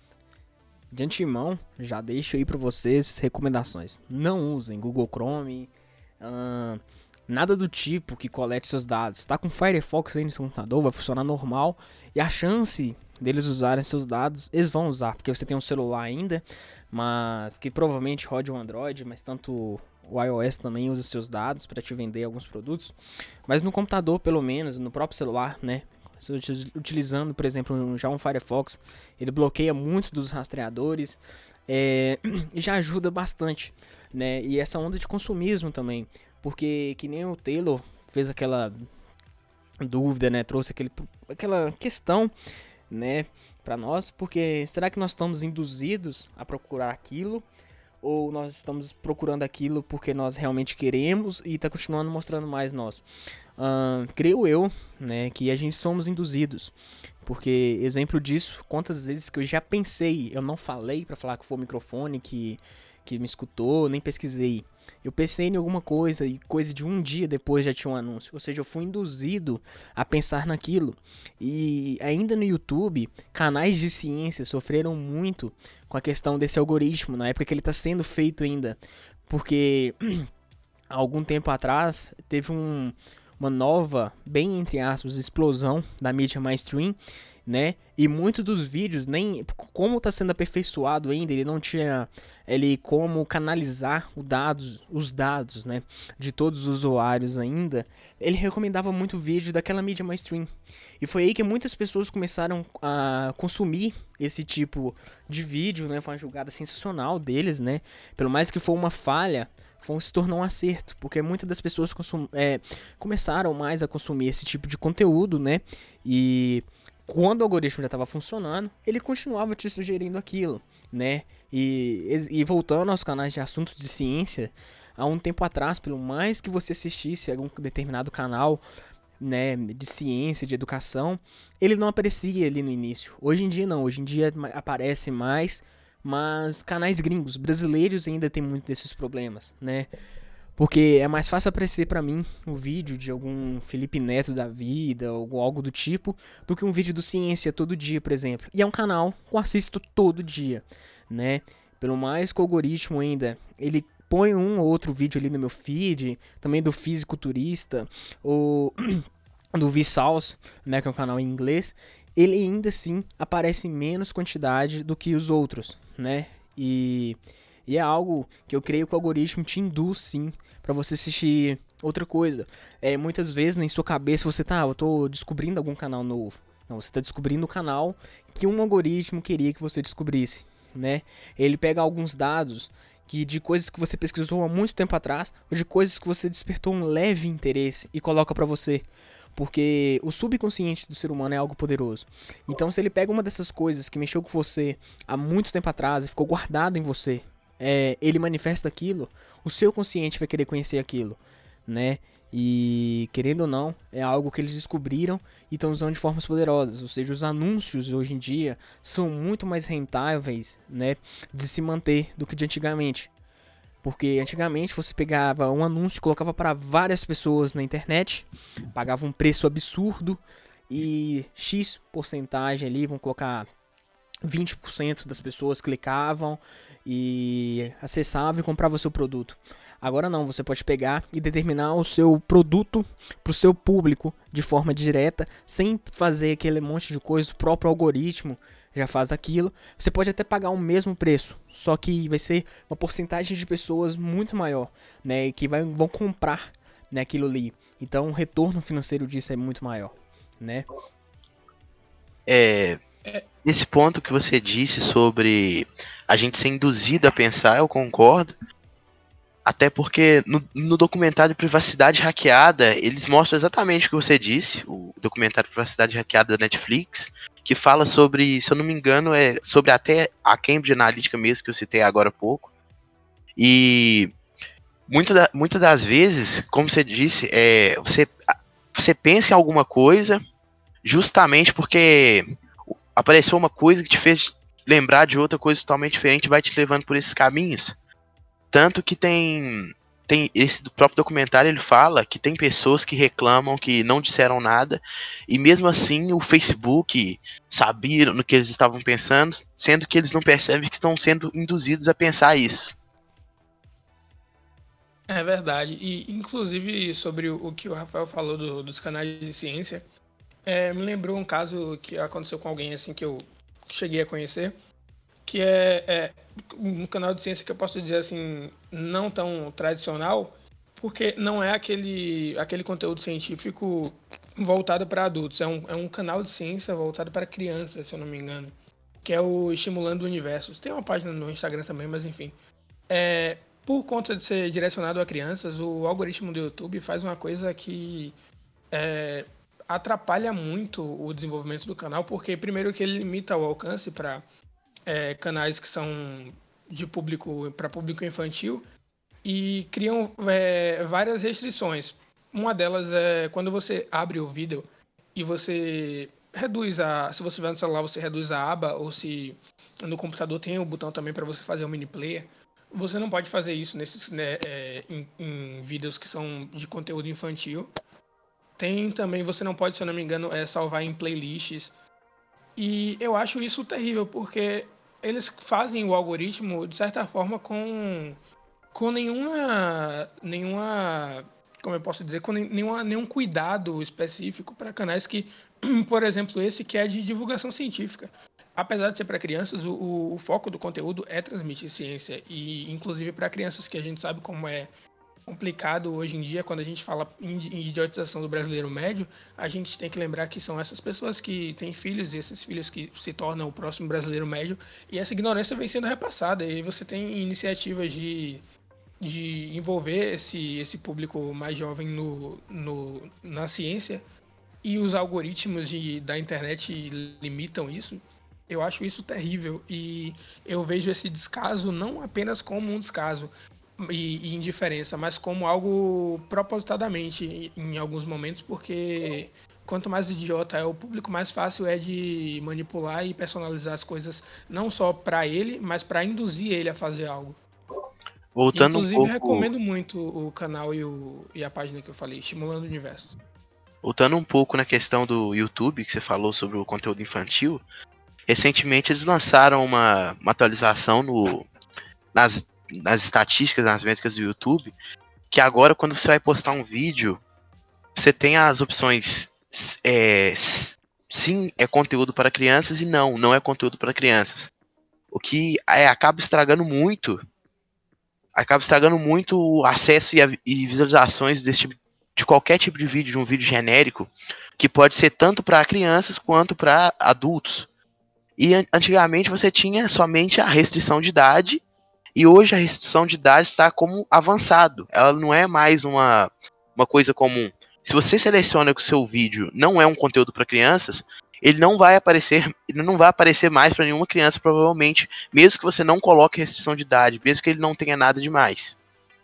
De antemão, já deixo aí para vocês recomendações. Não usem Google Chrome, uh, nada do tipo que colete seus dados. Está com Firefox aí no seu computador, vai funcionar normal. E a chance deles usarem seus dados, eles vão usar, porque você tem um celular ainda, mas que provavelmente rode o Android, mas tanto o iOS também usa seus dados para te vender alguns produtos. Mas no computador, pelo menos, no próprio celular, né? Utilizando, por exemplo, já um Firefox, ele bloqueia muito dos rastreadores, é, e já ajuda bastante, né? E essa onda de consumismo também, porque que nem o Taylor fez aquela dúvida, né? Trouxe aquele, aquela questão, né, para nós, porque será que nós estamos induzidos a procurar aquilo? Ou nós estamos procurando aquilo porque nós realmente queremos e está continuando mostrando mais nós? Uh, creio eu, né, que a gente somos induzidos. Porque, exemplo disso, quantas vezes que eu já pensei, eu não falei para falar que foi o microfone que, que me escutou, nem pesquisei. Eu pensei em alguma coisa e coisa de um dia depois já tinha um anúncio. Ou seja, eu fui induzido a pensar naquilo. E ainda no YouTube, canais de ciência sofreram muito com a questão desse algoritmo, na época que ele está sendo feito ainda. Porque há algum tempo atrás teve um, uma nova, bem entre aspas, explosão da mídia mainstream, né? E muitos dos vídeos, nem como está sendo aperfeiçoado ainda, ele não tinha ele como canalizar os dados, os dados, né, de todos os usuários ainda. Ele recomendava muito vídeo daquela mídia mainstream. E foi aí que muitas pessoas começaram a consumir esse tipo de vídeo, né? Foi uma jogada sensacional deles, né? Pelo mais que foi uma falha, foi, se tornou um acerto, porque muitas das pessoas consum, é, começaram mais a consumir esse tipo de conteúdo, né? E quando o algoritmo já estava funcionando, ele continuava te sugerindo aquilo, né? E, e voltando aos canais de assuntos de ciência, há um tempo atrás, pelo mais que você assistisse a algum determinado canal, né, de ciência, de educação, ele não aparecia ali no início. Hoje em dia não, hoje em dia aparece mais, mas canais gringos, brasileiros ainda tem muito desses problemas, né? Porque é mais fácil aparecer pra mim um vídeo de algum Felipe Neto da vida, ou algo do tipo, do que um vídeo do Ciência todo dia, por exemplo. E é um canal que eu assisto todo dia, né? Pelo mais que o algoritmo ainda, ele põe um ou outro vídeo ali no meu feed, também do Fisiculturista, ou do Vsauce, né, que é um canal em inglês, ele ainda assim aparece em menos quantidade do que os outros, né? E... E é algo que eu creio que o algoritmo te induz, sim, para você assistir outra coisa. É, muitas vezes, em sua cabeça, você tá, eu tô descobrindo algum canal novo. Não, você está descobrindo o canal que um algoritmo queria que você descobrisse, né? Ele pega alguns dados que de coisas que você pesquisou há muito tempo atrás, ou de coisas que você despertou um leve interesse e coloca para você. Porque o subconsciente do ser humano é algo poderoso. Então, se ele pega uma dessas coisas que mexeu com você há muito tempo atrás e ficou guardado em você, é, ele manifesta aquilo, o seu consciente vai querer conhecer aquilo, né? E, querendo ou não, é algo que eles descobriram e estão usando de formas poderosas. Ou seja, os anúncios hoje em dia são muito mais rentáveis, né, de se manter do que de antigamente. Porque antigamente você pegava um anúncio, colocava para várias pessoas na internet, pagava um preço absurdo e X porcentagem ali, vamos colocar vinte por cento das pessoas clicavam e acessavam e compravam o seu produto. Agora não, você pode pegar e determinar o seu produto para o seu público de forma direta, sem fazer aquele monte de coisa, o próprio algoritmo já faz aquilo. Você pode até pagar o mesmo preço, só que vai ser uma porcentagem de pessoas muito maior, né, que vai, vão comprar, né, aquilo ali. Então o retorno financeiro disso é muito maior, né? É, esse ponto que você disse sobre a gente ser induzido a pensar, eu concordo. Até porque no, no documentário Privacidade Hackeada, eles mostram exatamente o que você disse, o documentário Privacidade Hackeada da Netflix, que fala sobre, se eu não me engano, é sobre até a Cambridge Analytica mesmo, que eu citei agora há pouco. E muitas da, muita das vezes, como você disse, é, você, você pensa em alguma coisa justamente porque apareceu uma coisa que te fez lembrar de outra coisa totalmente diferente e vai te levando por esses caminhos. Tanto que tem, tem esse do próprio documentário, ele fala que tem pessoas que reclamam que não disseram nada, e mesmo assim o Facebook sabia no que eles estavam pensando, sendo que eles não percebem que estão sendo induzidos a pensar isso. É verdade. E, inclusive, sobre o, o que o Rafael falou do, dos canais de ciência, é, me lembrou um caso que aconteceu com alguém assim que eu cheguei a conhecer, que é, é um canal de ciência que eu posso dizer assim, não tão tradicional, porque não é aquele, aquele conteúdo científico voltado para adultos, é um, é um canal de ciência voltado para crianças, se eu não me engano, que é o Estimulando Universos. Tem uma página no Instagram também, mas enfim. É, por conta de ser direcionado a crianças, o algoritmo do YouTube faz uma coisa que é, atrapalha muito o desenvolvimento do canal, porque primeiro que ele limita o alcance para É, canais que são de público para público infantil e criam é, várias restrições. Uma delas é quando você abre o vídeo e você reduz a, se você vai no celular você reduz a aba, ou se no computador tem o botão também para você fazer o mini player. Você não pode fazer isso nesses, né, é, em, em vídeos que são de conteúdo infantil. Tem também, você não pode, se eu não me engano, é, salvar em playlists. E eu acho isso terrível, porque eles fazem o algoritmo, de certa forma, com, com nenhuma, nenhuma, como eu posso dizer, com nenhuma, nenhum cuidado específico para canais que, por exemplo, esse que é de divulgação científica. Apesar de ser para crianças, o, o foco do conteúdo é transmitir ciência, e inclusive para crianças, que a gente sabe como é complicado hoje em dia. Quando a gente fala em idiotização do brasileiro médio, a gente tem que lembrar que são essas pessoas que têm filhos, e esses filhos que se tornam o próximo brasileiro médio, e essa ignorância vem sendo repassada, e você tem iniciativas de, de envolver esse, esse público mais jovem no, no, na ciência, e os algoritmos de, da internet limitam isso. Eu acho isso terrível, e eu vejo esse descaso não apenas como um descaso e, e indiferença, mas como algo propositadamente em alguns momentos, porque quanto mais idiota é o público, mais fácil é de manipular e personalizar as coisas, não só para ele, mas para induzir ele a fazer algo. Voltando Inclusive, um pouco, recomendo muito o canal e, o, e a página que eu falei, Estimulando o Universo. voltando um pouco na questão do YouTube, que você falou sobre o conteúdo infantil, recentemente eles lançaram uma, uma atualização no, nas, nas estatísticas, nas métricas do YouTube, que agora quando você vai postar um vídeo, você tem as opções é, sim, é conteúdo para crianças, e não, não é conteúdo para crianças. O que é, acaba estragando muito, acaba estragando muito o acesso e, a, e visualizações desse tipo, de qualquer tipo de vídeo, de um vídeo genérico, que pode ser tanto para crianças quanto para adultos. E antigamente você tinha somente a restrição de idade, e hoje a restrição de idade está como avançado. Ela não é mais uma, uma coisa comum. Se você seleciona que o seu vídeo não é um conteúdo para crianças, ele não vai aparecer, ele não vai aparecer mais para nenhuma criança, provavelmente, mesmo que você não coloque restrição de idade, mesmo que ele não tenha nada demais.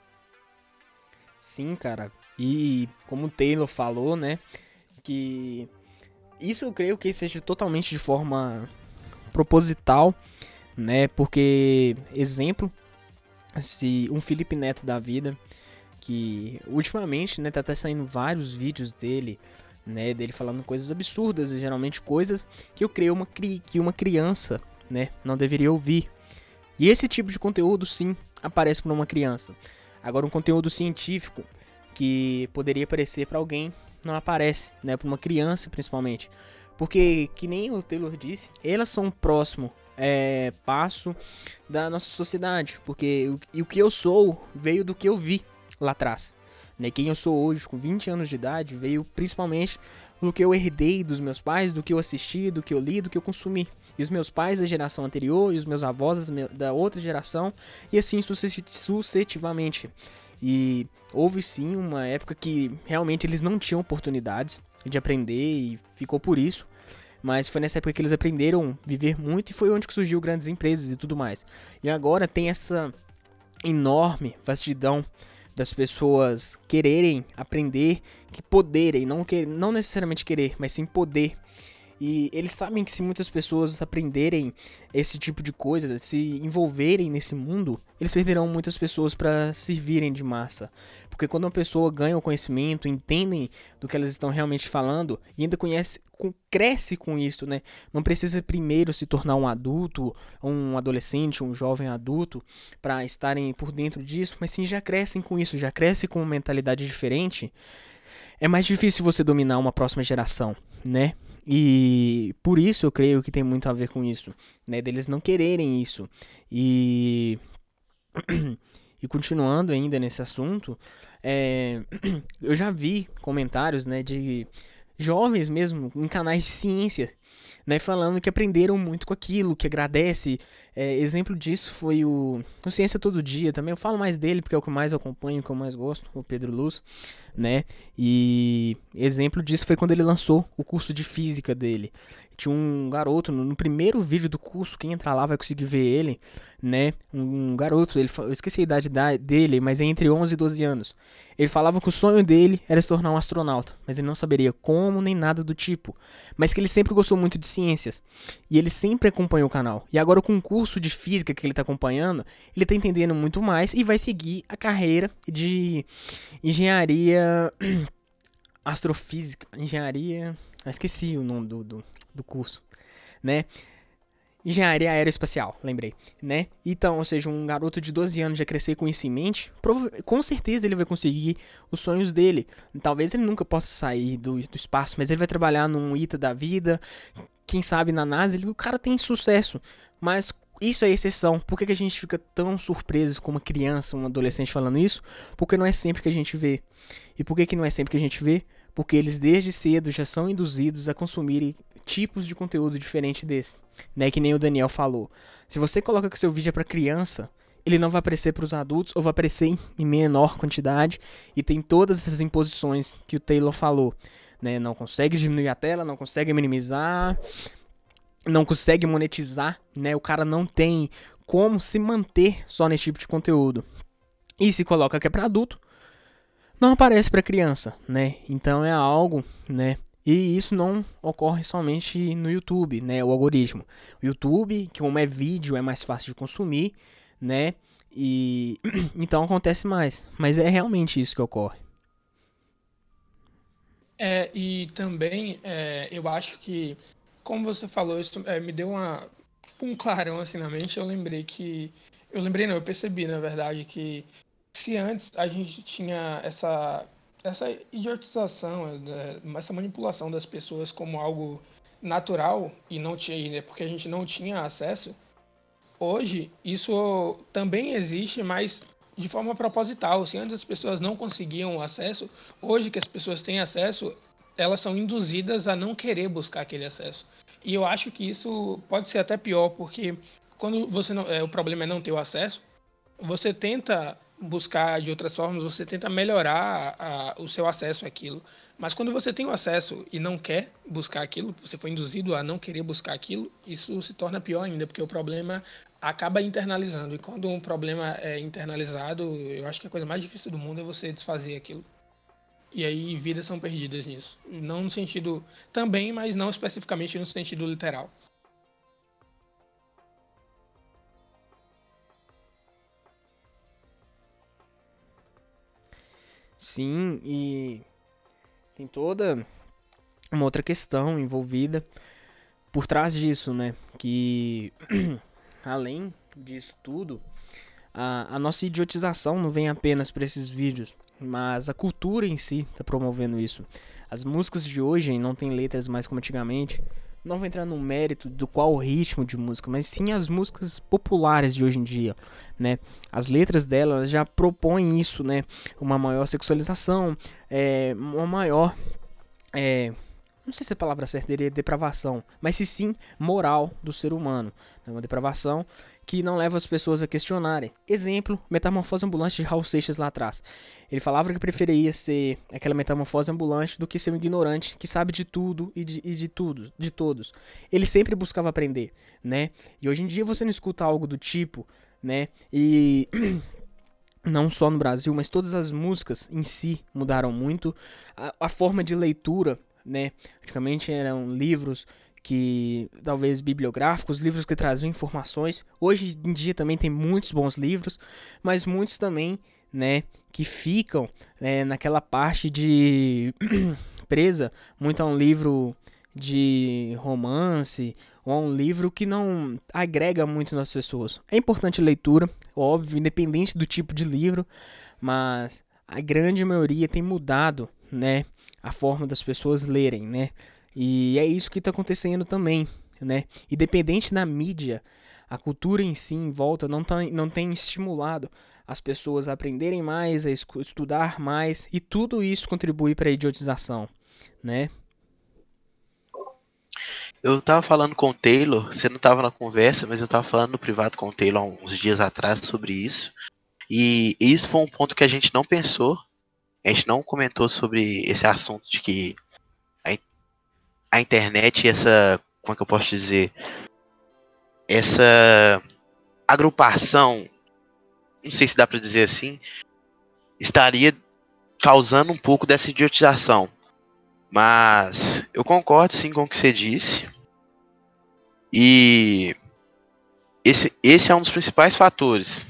Sim, cara. E como o Taylor falou, né, que isso eu creio que seja totalmente de forma proposital, né, porque, exemplo, se um Felipe Neto da vida, que ultimamente, né, tá até saindo vários vídeos dele, né, dele falando coisas absurdas, e geralmente coisas que eu creio uma, que uma criança, né, não deveria ouvir. E esse tipo de conteúdo, sim, aparece para uma criança. Agora, um conteúdo científico que poderia aparecer para alguém, não aparece, né, para uma criança principalmente. Porque, que nem o Taylor disse, elas são o próximo é, passo da nossa sociedade. Porque o, e o que eu sou veio do que eu vi lá atrás. Né? Quem eu sou hoje, com vinte anos de idade, veio principalmente do que eu herdei dos meus pais, do que eu assisti, do que eu li, do que eu consumi. E os meus pais da geração anterior, e os meus avós da outra geração, e assim sucessivamente. E houve sim uma época que realmente eles não tinham oportunidades de aprender e ficou por isso. Mas foi nessa época que eles aprenderam a viver muito e foi onde que surgiu grandes empresas e tudo mais. E agora tem essa enorme vastidão das pessoas quererem aprender, que poderem, não, que, não necessariamente querer, mas sim poder. E eles sabem que se muitas pessoas aprenderem esse tipo de coisa, se envolverem nesse mundo, eles perderão muitas pessoas para servirem de massa. Porque quando uma pessoa ganha o conhecimento, entendem do que elas estão realmente falando e ainda conhece, cresce com isso, né? Não precisa primeiro se tornar um adulto, um adolescente, um jovem adulto para estarem por dentro disso, mas sim já crescem com isso, já crescem com uma mentalidade diferente. É mais difícil você dominar uma próxima geração, né? E por isso eu creio que tem muito a ver com isso, né? Deles não quererem isso. E, e continuando ainda nesse assunto, é... eu já vi comentários, né, de jovens mesmo em canais de ciência, né, falando que aprenderam muito com aquilo, que agradece. É, exemplo disso foi o, o Ciência Todo Dia também. Eu falo mais dele porque é o que eu mais acompanho, o que eu mais gosto, o Pedro Luz, né? E exemplo disso foi quando ele lançou o curso de física dele. Tinha um garoto, no, no primeiro vídeo do curso, quem entrar lá vai conseguir ver ele, né? Um, um garoto, ele, eu esqueci a idade da, dele, mas é entre onze e doze anos. Ele falava que o sonho dele era se tornar um astronauta, mas ele não saberia como nem nada do tipo. Mas que ele sempre gostou muito de ciências. E ele sempre acompanhou o canal. E agora com o curso de física que ele está acompanhando, ele está entendendo muito mais e vai seguir a carreira de engenharia astrofísica. Engenharia... Eu esqueci o nome do, do, do curso, né? Engenharia aeroespacial, lembrei, né? Então, ou seja, um garoto de doze anos já crescer com isso em mente, com certeza ele vai conseguir os sonhos dele. Talvez ele nunca possa sair do, do espaço, mas ele vai trabalhar num I T A da vida, quem sabe na NASA, ele, o cara tem sucesso. Mas isso é exceção. Por que, que a gente fica tão surpreso com uma criança, um adolescente falando isso? Porque não é sempre que a gente vê. E por que, que não é sempre que a gente vê? Porque eles desde cedo já são induzidos a consumirem tipos de conteúdo diferente desse, né? Que nem o Daniel falou. Se você coloca que seu vídeo é para criança, ele não vai aparecer para os adultos ou vai aparecer em menor quantidade e tem todas essas imposições que o Taylor falou, né? Não consegue diminuir a tela, não consegue minimizar, não consegue monetizar, né? O cara não tem como se manter só nesse tipo de conteúdo. E se coloca que é para adulto, não aparece para criança, né? Então é algo, né? E isso não ocorre somente no YouTube, né? O algoritmo. O YouTube, que como é vídeo, é mais fácil de consumir, né? E então acontece mais. Mas é realmente isso que ocorre. É, e também é, eu acho que, como você falou, isso é, me deu uma, um clarão assim na mente. Eu lembrei que. Eu lembrei, não, eu percebi, na verdade, que se antes a gente tinha essa, essa idiotização, né, essa manipulação das pessoas como algo natural e não tinha, né, porque a gente não tinha acesso, hoje isso também existe, mas de forma proposital. Se antes as pessoas não conseguiam acesso, hoje que as pessoas têm acesso, elas são induzidas a não querer buscar aquele acesso. E eu acho que isso pode ser até pior, porque quando você não, é, o problema é não ter o acesso, você tenta buscar de outras formas, você tenta melhorar a, o seu acesso àquilo. Mas quando você tem o acesso e não quer buscar aquilo, você foi induzido a não querer buscar aquilo, isso se torna pior ainda, porque o problema acaba internalizando. E quando um problema é internalizado, eu acho que a coisa mais difícil do mundo é você desfazer aquilo. E aí vidas são perdidas nisso. Não no sentido também, mas não especificamente no sentido literal. Sim, e tem toda uma outra questão envolvida por trás disso, né? Que além disso tudo, a, a nossa idiotização não vem apenas para esses vídeos, mas a cultura em si está promovendo isso. As músicas de hoje não têm letras mais como antigamente. Não vou entrar no mérito do qual o ritmo de música, mas sim as músicas populares de hoje em dia, né? As letras delas já propõem isso, né? Uma maior sexualização, é, uma maior, é, não sei se a palavra certa seria depravação, mas se sim moral do ser humano, né? Uma depravação que não leva as pessoas a questionarem. Exemplo, Metamorfose Ambulante de Raul Seixas lá atrás. Ele falava que preferia ser aquela metamorfose ambulante do que ser um ignorante que sabe de tudo e de, e de tudo, de todos. Ele sempre buscava aprender, né? E hoje em dia você não escuta algo do tipo, né? E não só no Brasil, mas todas as músicas em si mudaram muito. A, a forma de leitura, né? Antigamente eram livros que talvez bibliográficos, livros que traziam informações. Hoje em dia também tem muitos bons livros, mas muitos também, né, que ficam, né, naquela parte de presa muito a um livro de romance ou a um livro que não agrega muito nas pessoas. É importante a leitura, óbvio, independente do tipo de livro, mas a grande maioria tem mudado, né, a forma das pessoas lerem, né? E é isso que está acontecendo também, né? Independente da mídia, a cultura em si em volta não, tá, não tem estimulado as pessoas a aprenderem mais, a estudar mais, e tudo isso contribui para a idiotização, né? Eu tava falando com o Taylor, você não tava na conversa, mas eu tava falando no privado com o Taylor há uns dias atrás sobre isso. E isso foi um ponto que a gente não pensou, a gente não comentou sobre esse assunto de que a internet e essa, como é que eu posso dizer, essa agrupação, não sei se dá para dizer assim, estaria causando um pouco dessa idiotização. Mas eu concordo sim com o que você disse. E esse, esse é um dos principais fatores.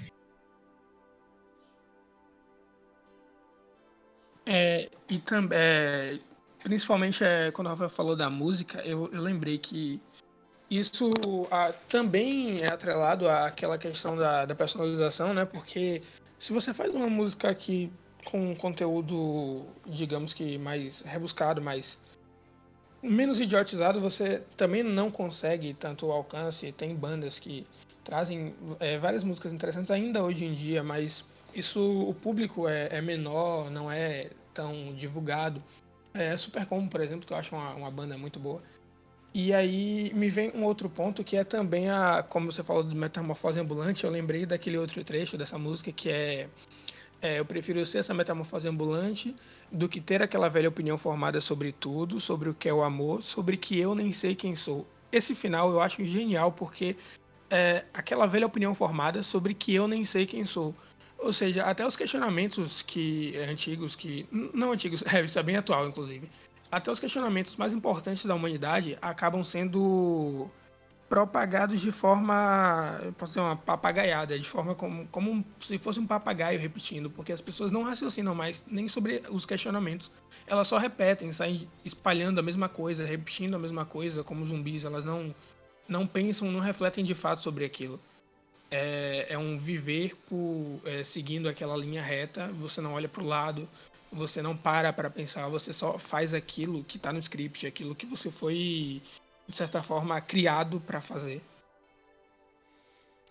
É, e também, é, principalmente é, quando o Rafael falou da música, eu, eu lembrei que isso ah, também é atrelado àquela questão da, da personalização, né? Porque se você faz uma música que com um conteúdo, digamos que mais rebuscado, mais menos idiotizado, você também não consegue tanto alcance. Tem bandas que trazem é, várias músicas interessantes ainda hoje em dia, mas isso o público é, é menor, não é tão divulgado. É Super Combo, por exemplo, que eu acho uma, uma banda muito boa. E aí me vem um outro ponto que é também a, como você falou de Metamorfose Ambulante, eu lembrei daquele outro trecho dessa música que é, é eu prefiro ser essa metamorfose ambulante do que ter aquela velha opinião formada sobre tudo, sobre o que é o amor, sobre que eu nem sei quem sou. Esse final eu acho genial porque é aquela velha opinião formada sobre que eu nem sei quem sou. Ou seja, até os questionamentos que é, antigos, que não antigos, é, isso é bem atual, inclusive. Até os questionamentos mais importantes da humanidade acabam sendo propagados de forma, eu posso dizer, uma papagaiada, de forma como, como se fosse um papagaio repetindo, porque as pessoas não raciocinam mais nem sobre os questionamentos. Elas só repetem, saem espalhando a mesma coisa, repetindo a mesma coisa, como zumbis. Elas não, não pensam, não refletem de fato sobre aquilo. É, é um viver por, é, seguindo aquela linha reta, você não olha para o lado, você não para para pensar, você só faz aquilo que está no script, aquilo que você foi, de certa forma, criado para fazer.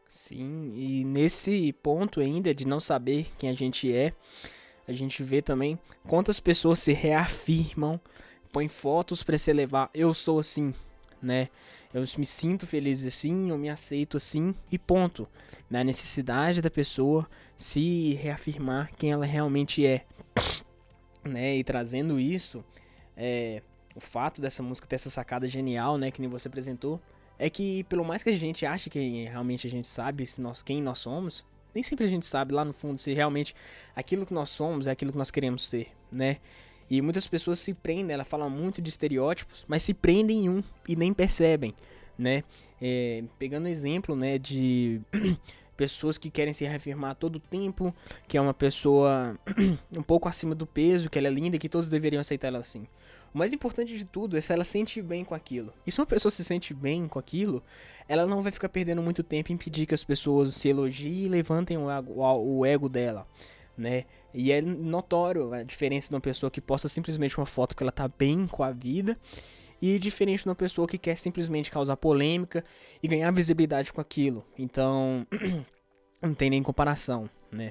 Sim, e nesse ponto ainda de não saber quem a gente é, a gente vê também quantas pessoas se reafirmam, põem fotos pra se elevar, eu sou assim, né? Eu me sinto feliz assim, eu me aceito assim e ponto. Na necessidade da pessoa se reafirmar quem ela realmente é, né? E trazendo isso, é, o fato dessa música ter essa sacada genial, né, que nem você apresentou, é que pelo mais que a gente ache que realmente a gente sabe se nós, quem nós somos, nem sempre a gente sabe lá no fundo se realmente aquilo que nós somos é aquilo que nós queremos ser, né? E muitas pessoas se prendem, ela fala muito de estereótipos, mas se prendem em um e nem percebem, né? É, pegando o exemplo, né, de pessoas que querem se reafirmar a todo tempo, que é uma pessoa um pouco acima do peso, que ela é linda e que todos deveriam aceitar ela assim. O mais importante de tudo é se ela se sente bem com aquilo. E se uma pessoa se sente bem com aquilo, ela não vai ficar perdendo muito tempo em impedir que as pessoas se elogiem e levantem o ego, o ego dela, né? E é notório a diferença de uma pessoa que posta simplesmente uma foto que ela tá bem com a vida e diferente de uma pessoa que quer simplesmente causar polêmica e ganhar visibilidade com aquilo. Então, não tem nem comparação, né?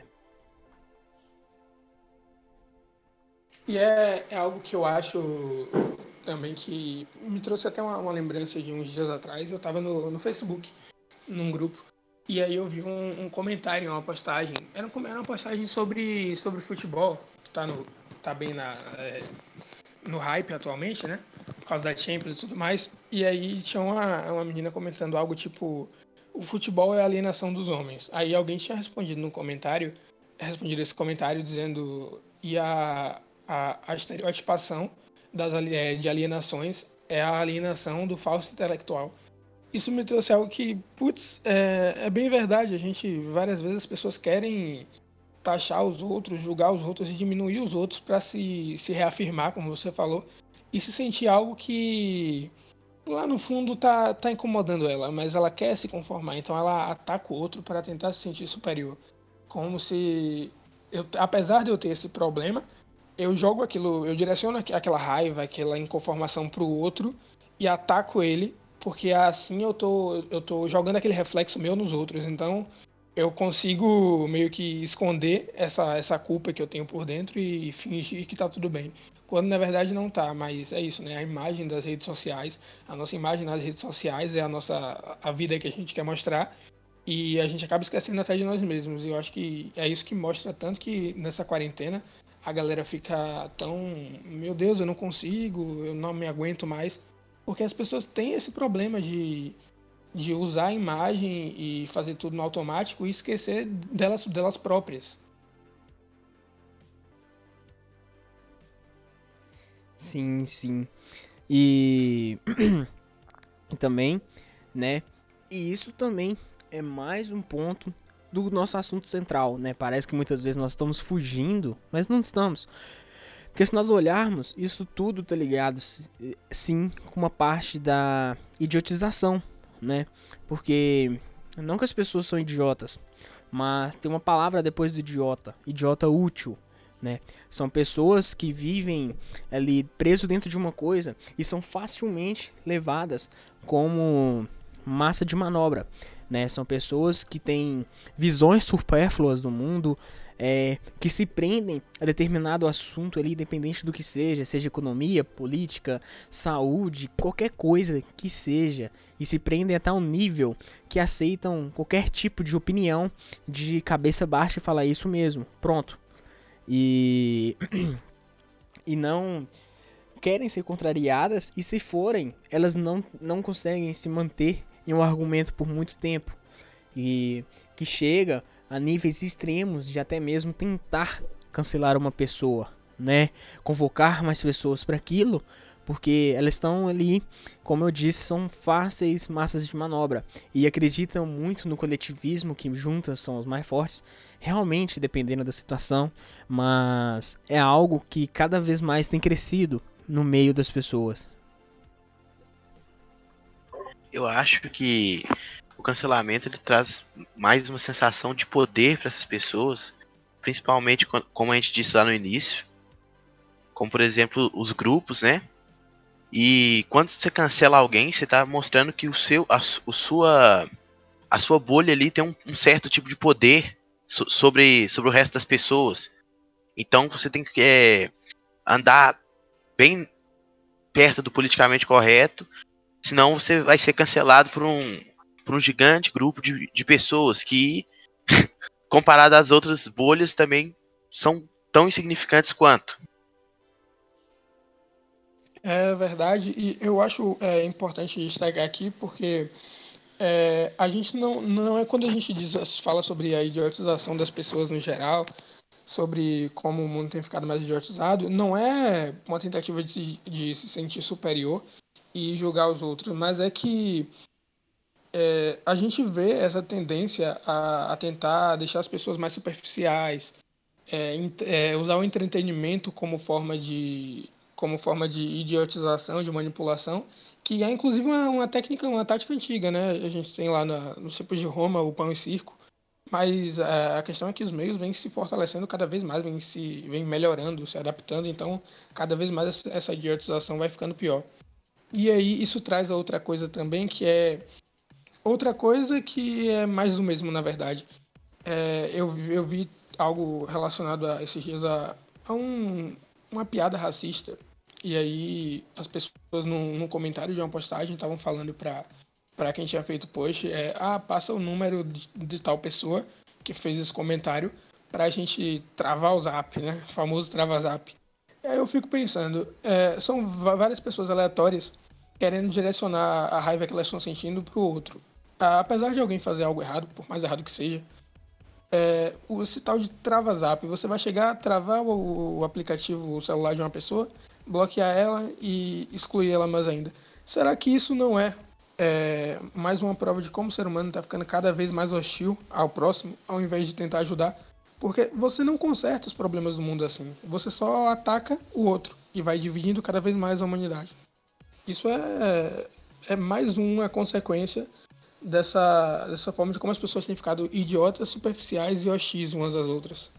E é, é algo que eu acho também que me trouxe até uma, uma lembrança de uns dias atrás. Eu estava no, no Facebook, num grupo, e aí eu vi um, um comentário, uma postagem. Era, um, era uma postagem sobre, sobre futebol, que tá, no, tá bem na, é, no hype atualmente, né? Por causa da Champions e tudo mais. E aí tinha uma, uma menina comentando algo tipo: o futebol é a alienação dos homens. Aí alguém tinha respondido no comentário, respondido esse comentário dizendo: e a, a, a estereotipação das, de alienações é a alienação do falso intelectual. Isso me trouxe algo que, putz, é, é bem verdade. A gente, várias vezes, as pessoas querem taxar os outros, julgar os outros e diminuir os outros para se, se reafirmar, como você falou, e se sentir algo que lá no fundo tá, tá incomodando ela, mas ela quer se conformar, então ela ataca o outro para tentar se sentir superior. Como se, eu, apesar de eu ter esse problema, eu jogo aquilo, eu direciono aquela raiva, aquela inconformação pro outro e ataco ele, porque assim eu tô, eu tô jogando aquele reflexo meu nos outros. Então eu consigo meio que esconder essa, essa culpa que eu tenho por dentro e fingir que tá tudo bem. Quando na verdade não tá, mas é isso, né? A imagem das redes sociais, a nossa imagem nas redes sociais é a nossa a vida que a gente quer mostrar e a gente acaba esquecendo até de nós mesmos. E eu acho que é isso que mostra tanto que nessa quarentena a galera fica tão, meu Deus, eu não consigo, eu não me aguento mais, porque as pessoas têm esse problema de, de usar a imagem e fazer tudo no automático e esquecer delas, delas próprias. Sim, sim. E, e também, né? E isso também é mais um ponto do nosso assunto central, né? Parece que muitas vezes nós estamos fugindo, mas não estamos. Porque se nós olharmos, isso tudo tá ligado, sim, com uma parte da idiotização, né? Porque não que as pessoas são idiotas, mas tem uma palavra depois do idiota, idiota útil, né? São pessoas que vivem ali preso dentro de uma coisa e são facilmente levadas como massa de manobra, né? São pessoas que têm visões supérfluas do mundo, é, que se prendem a determinado assunto ali, independente do que seja, seja economia, política, saúde, qualquer coisa que seja, e se prendem a tal nível que aceitam qualquer tipo de opinião de cabeça baixa e falar isso mesmo, pronto. E, e não querem ser contrariadas, e se forem, elas não, não conseguem se manter em um argumento por muito tempo, e que chega a níveis extremos de até mesmo tentar cancelar uma pessoa, né? Convocar mais pessoas para aquilo, porque elas estão ali, como eu disse, são fáceis massas de manobra e acreditam muito no coletivismo, que juntas são os mais fortes, realmente dependendo da situação, mas é algo que cada vez mais tem crescido no meio das pessoas. Eu acho que o cancelamento ele traz mais uma sensação de poder para essas pessoas, principalmente como a gente disse lá no início, como por exemplo os grupos, né? E quando você cancela alguém, você está mostrando que o seu, a, o sua, a sua bolha ali tem um, um certo tipo de poder so, sobre, sobre o resto das pessoas. Então você tem que é, andar bem perto do politicamente correto, senão você vai ser cancelado por um, por um gigante grupo de, de pessoas que, comparado às outras bolhas, também são tão insignificantes quanto. É verdade, e eu acho é, importante destacar aqui porque é, a gente não, não é quando a gente diz, fala sobre a idiotização das pessoas no geral, sobre como o mundo tem ficado mais idiotizado, não é uma tentativa de, se- de se sentir superior e julgar os outros, mas é que é, a gente vê essa tendência a, a tentar deixar as pessoas mais superficiais, é, ent- é, usar o entretenimento como forma de como forma de idiotização, de manipulação, que é inclusive uma, uma técnica, uma tática antiga, né? A gente tem lá na, nos tempos de Roma o pão e circo, mas é, a questão é que os meios vêm se fortalecendo cada vez mais, vêm se vêm melhorando, se adaptando, então cada vez mais essa essa idiotização vai ficando pior. E aí isso traz a outra coisa também, que é outra coisa que é mais do mesmo, na verdade. É, eu, eu vi algo relacionado a esses dias a, a um, uma piada racista. E aí as pessoas num, num comentário de uma postagem estavam falando para para quem tinha feito o post, é, ah, passa o número de, de tal pessoa que fez esse comentário para a gente travar o zap, né? O famoso trava-zap. E aí eu fico pensando, é, são várias pessoas aleatórias querendo direcionar a raiva que elas estão sentindo para o outro. Ah, apesar de alguém fazer algo errado, por mais errado que seja, é, esse tal de trava-zap, você vai chegar, travar o, o aplicativo, o celular de uma pessoa, bloquear ela e excluir ela mais ainda. Será que isso não é, é mais uma prova de como o ser humano está ficando cada vez mais hostil ao próximo, ao invés de tentar ajudar? Porque você não conserta os problemas do mundo assim. Você só ataca o outro e vai dividindo cada vez mais a humanidade. Isso é, é mais uma consequência dessa, dessa forma de como as pessoas têm ficado idiotas, superficiais e hostis umas às outras.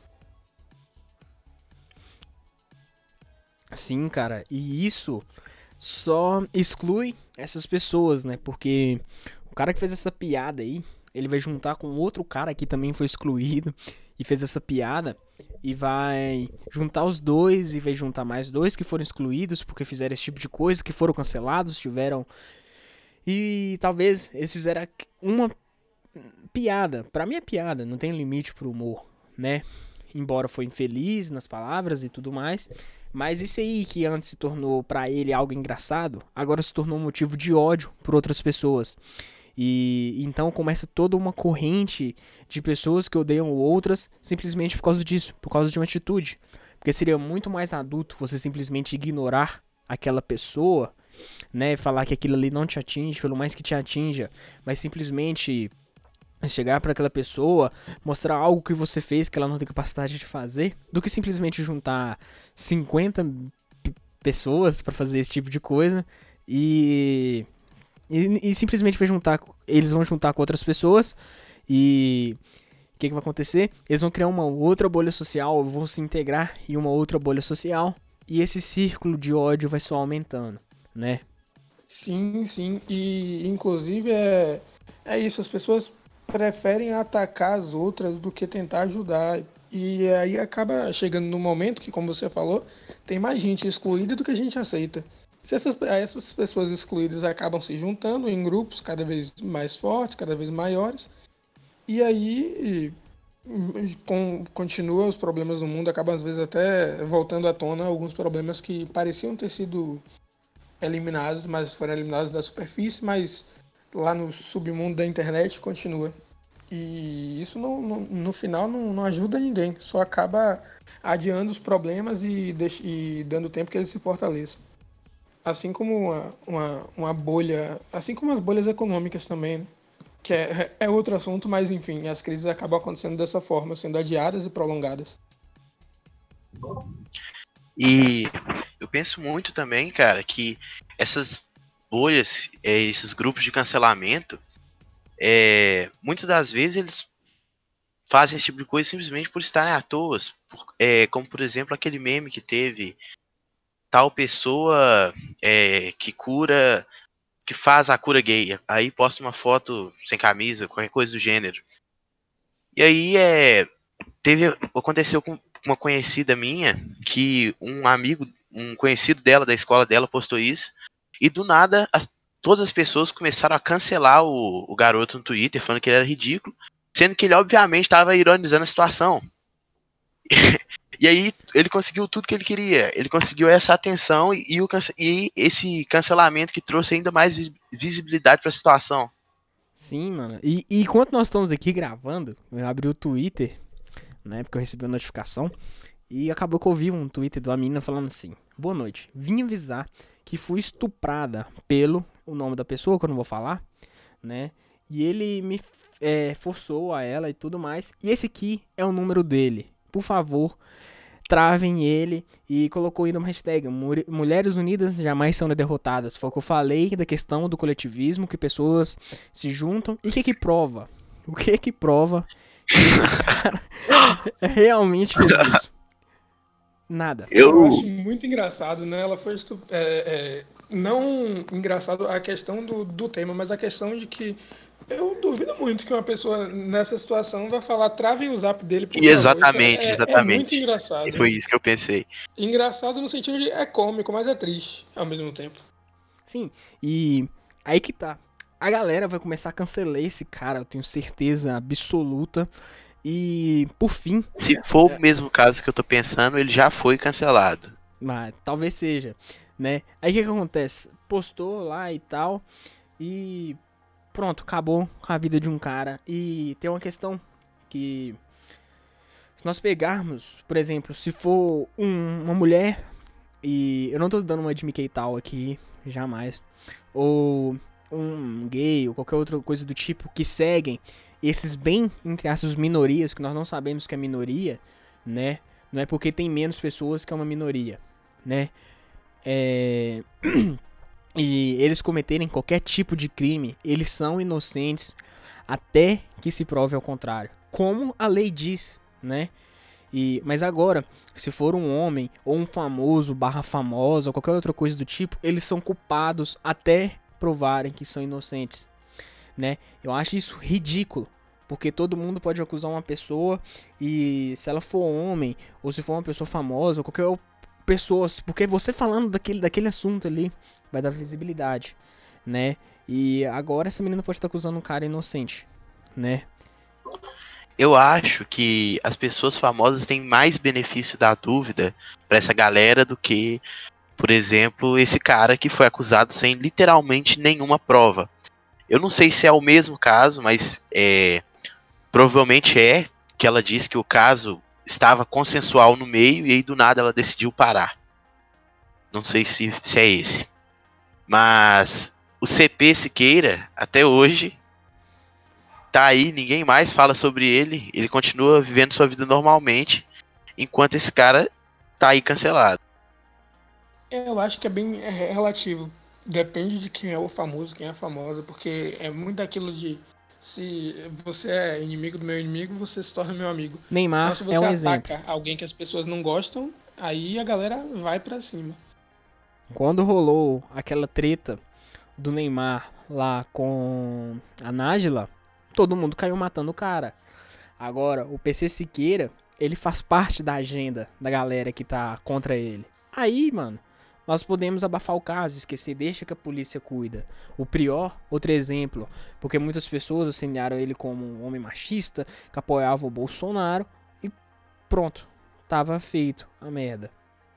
Sim, cara, e isso só exclui essas pessoas, né? Porque o cara que fez essa piada aí, ele vai juntar com outro cara que também foi excluído e fez essa piada e vai juntar os dois e vai juntar mais dois que foram excluídos porque fizeram esse tipo de coisa, que foram cancelados, tiveram. E talvez eles fizeram uma piada. Pra mim é piada, não tem limite pro humor, né? Embora foi infeliz nas palavras e tudo mais. Mas isso aí que antes se tornou pra ele algo engraçado, agora se tornou um motivo de ódio por outras pessoas. E então começa toda uma corrente de pessoas que odeiam outras simplesmente por causa disso, por causa de uma atitude. Porque seria muito mais adulto você simplesmente ignorar aquela pessoa, né, falar que aquilo ali não te atinge, pelo mais que te atinja, mas simplesmente chegar para aquela pessoa, mostrar algo que você fez que ela não tem capacidade de fazer, do que simplesmente juntar cinquenta p- pessoas para fazer esse tipo de coisa e, e, e simplesmente vai juntar, eles vão juntar com outras pessoas e o que, que vai acontecer? Eles vão criar uma outra bolha social, vão se integrar em uma outra bolha social e esse círculo de ódio vai só aumentando, né? Sim, sim. E inclusive é, é isso, as pessoas preferem atacar as outras do que tentar ajudar. E aí acaba chegando no momento que, como você falou, tem mais gente excluída do que a gente aceita. Se essas, essas pessoas excluídas acabam se juntando em grupos cada vez mais fortes, cada vez maiores, e aí com, continua os problemas do mundo, acabam às vezes até voltando à tona alguns problemas que pareciam ter sido eliminados, mas foram eliminados da superfície, mas lá no submundo da internet continua. E isso no, no, no final não, não ajuda ninguém, só acaba adiando os problemas e, deix, e dando tempo que eles se fortaleçam. Assim como uma, uma, uma bolha, assim como as bolhas econômicas também, né? Que é, é outro assunto, mas enfim, as crises acabam acontecendo dessa forma, sendo adiadas e prolongadas. E eu penso muito também, cara, que essas bolhas, é, esses grupos de cancelamento, é, muitas das vezes eles fazem esse tipo de coisa simplesmente por estarem à toa. Por- é, como, por exemplo, aquele meme que teve tal pessoa é, que cura que faz a cura gay. Aí posta uma foto sem camisa, qualquer coisa do gênero. E aí é, teve, aconteceu com uma conhecida minha, que um amigo, um conhecido dela, da escola dela, postou isso. E do nada, as, todas as pessoas começaram a cancelar o, o garoto no Twitter, falando que ele era ridículo. Sendo que ele, obviamente, estava ironizando a situação. E aí ele conseguiu tudo que ele queria. Ele conseguiu essa atenção e, o, e esse cancelamento que trouxe ainda mais visibilidade para a situação. Sim, mano. E, e enquanto nós estamos aqui gravando, eu abri o Twitter, né, porque eu recebi uma notificação, e acabou que eu vi um Twitter de uma menina falando assim: boa noite, vim avisar que fui estuprada pelo, o nome da pessoa que eu não vou falar, né, e ele me é, forçou a ela e tudo mais, e esse aqui é o número dele. Por favor, travem ele, e colocou ainda uma hashtag: Mulheres Unidas jamais são derrotadas. Foi o que eu falei da questão do coletivismo, que pessoas se juntam. E o que que prova? O que que prova que esse cara realmente fez isso? Nada. Eu... eu acho muito engraçado, né? Ela foi estup... é, é, não engraçado a questão do, do tema, mas a questão de que eu duvido muito que uma pessoa nessa situação vai falar trave o zap dele, por Exatamente, favor. É, exatamente. É muito engraçado. E foi isso que eu pensei. Engraçado no sentido de é cômico, mas é triste ao mesmo tempo. Sim, e aí que tá. A galera vai começar a cancelar esse cara, eu tenho certeza absoluta. E, por fim... Se for é... o mesmo caso que eu tô pensando, ele já foi cancelado. Mas talvez seja, né? Aí o que que acontece? Postou lá e tal, e... pronto, acabou com a vida de um cara. E tem uma questão que, se nós pegarmos, por exemplo, se for um, uma mulher, e eu não tô dando uma de Mickey tal aqui, jamais, ou um gay, ou qualquer outra coisa do tipo, que seguem esses bem, entre aspas, minorias, que nós não sabemos que é minoria, né? Não é porque tem menos pessoas que é uma minoria, né? É... e eles cometerem qualquer tipo de crime, eles são inocentes até que se prove ao contrário, como a lei diz, né? E, mas agora, se for um homem ou um famoso barra famosa ou qualquer outra coisa do tipo, eles são culpados até provarem que são inocentes, né? Eu acho isso ridículo, porque todo mundo pode acusar uma pessoa e se ela for homem ou se for uma pessoa famosa ou qualquer pessoa, porque você falando daquele, daquele assunto ali vai dar visibilidade, né? E agora essa menina pode estar acusando um cara inocente, né? Eu acho que as pessoas famosas têm mais benefício da dúvida pra essa galera do que, por exemplo, esse cara que foi acusado sem literalmente nenhuma prova. Eu não sei se é o mesmo caso, mas é, provavelmente é, que ela disse que o caso estava consensual no meio e aí do nada ela decidiu parar. Não sei se, se é esse. Mas o C P Siqueira, até hoje, tá aí, ninguém mais fala sobre ele. Ele continua vivendo sua vida normalmente, enquanto esse cara tá aí cancelado. Eu acho que é bem relativo. Depende de quem é o famoso, quem é a famosa, porque é muito daquilo de se você é inimigo do meu inimigo, você se torna meu amigo. Neymar então, se você é um ataca exemplo. alguém que as pessoas não gostam, aí a galera vai pra cima. Quando rolou aquela treta do Neymar lá com a Nájila, todo mundo caiu matando o cara. Agora, o P C Siqueira, ele faz parte da agenda da galera que tá contra ele. Aí, mano, nós podemos abafar o caso, esquecer, deixa que a polícia cuida. O Prior, outro exemplo, porque muitas pessoas assinalaram ele como um homem machista, que apoiava o Bolsonaro, e pronto, tava feito a merda.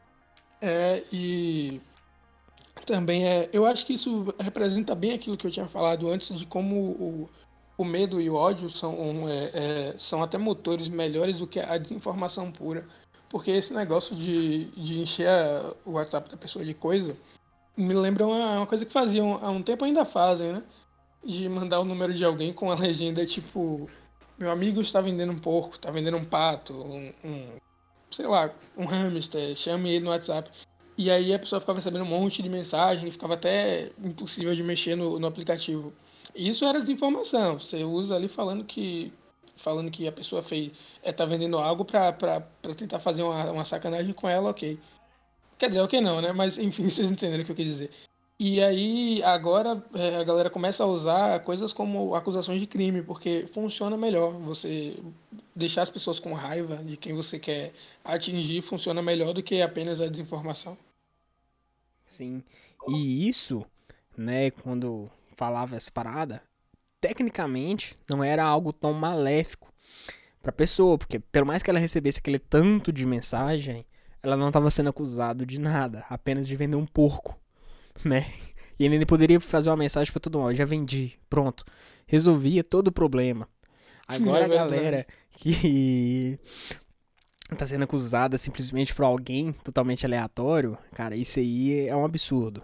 É, e também é, eu acho que isso representa bem aquilo que eu tinha falado antes, de como o, o medo e o ódio são, é, é, são até motores melhores do que a desinformação pura. Porque esse negócio de, de encher a, o WhatsApp da pessoa de coisa me lembra uma, uma coisa que faziam há um tempo, ainda fazem, né? De mandar o número de alguém com a legenda tipo: meu amigo está vendendo um porco, está vendendo um pato, um, um sei lá, um hamster, chame ele no WhatsApp. E aí a pessoa ficava recebendo um monte de mensagem e ficava até impossível de mexer no, no aplicativo. Isso era desinformação. Você usa ali falando que falando que a pessoa fez é tá vendendo algo pra, pra, pra tentar fazer uma, uma sacanagem com ela, ok. Quer dizer, ok não, né? Mas enfim, vocês entenderam o que eu quis dizer. E aí, agora, é, a galera começa a usar coisas como acusações de crime, porque funciona melhor. Você deixar as pessoas com raiva de quem você quer atingir funciona melhor do que apenas a desinformação. Sim. E isso, né, quando falava essa parada, tecnicamente não era algo tão maléfico pra pessoa, porque pelo mais que ela recebesse aquele tanto de mensagem, ela não estava sendo acusada de nada, apenas de vender um porco, né? E ele ainda poderia fazer uma mensagem pra todo mundo, "Ó, já vendi, pronto, resolvia todo o problema." É Agora a verdade. galera que tá sendo acusada simplesmente por alguém totalmente aleatório, cara, isso aí é um absurdo.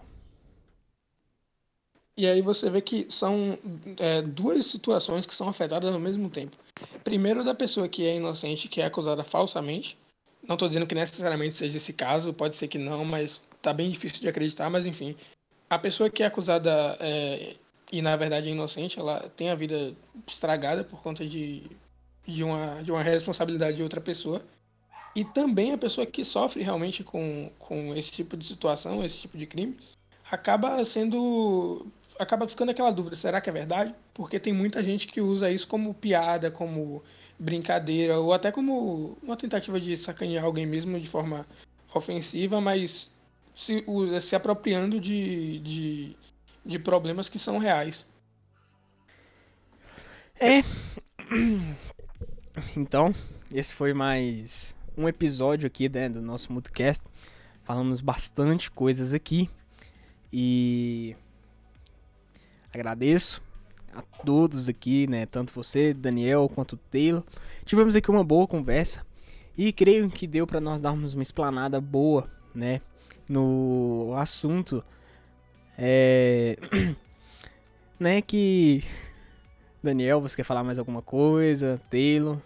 E aí você vê que são é, duas situações que são afetadas ao mesmo tempo. Primeiro, da pessoa que é inocente, que é acusada falsamente. Não estou dizendo que necessariamente seja esse caso, pode ser que não, mas tá bem difícil de acreditar. Mas enfim, a pessoa que é acusada é, e na verdade é inocente, ela tem a vida estragada por conta de, de, uma, de uma responsabilidade de outra pessoa. E também a pessoa que sofre realmente com, com esse tipo de situação, esse tipo de crime, acaba sendo. Acaba ficando aquela dúvida: será que é verdade? Porque tem muita gente que usa isso como piada, como brincadeira, ou até como uma tentativa de sacanear alguém mesmo de forma ofensiva, mas se, usa- se apropriando de, de, de problemas que são reais. É, então, esse foi mais um episódio aqui, né, do nosso Mutocast. Falamos bastante coisas aqui e agradeço a todos aqui, né, tanto você, Daniel, quanto o Taylor. Tivemos aqui uma boa conversa e creio que deu para nós darmos uma explanada boa, né, no assunto, é, né, que Daniel, você quer falar mais alguma coisa? Taylor?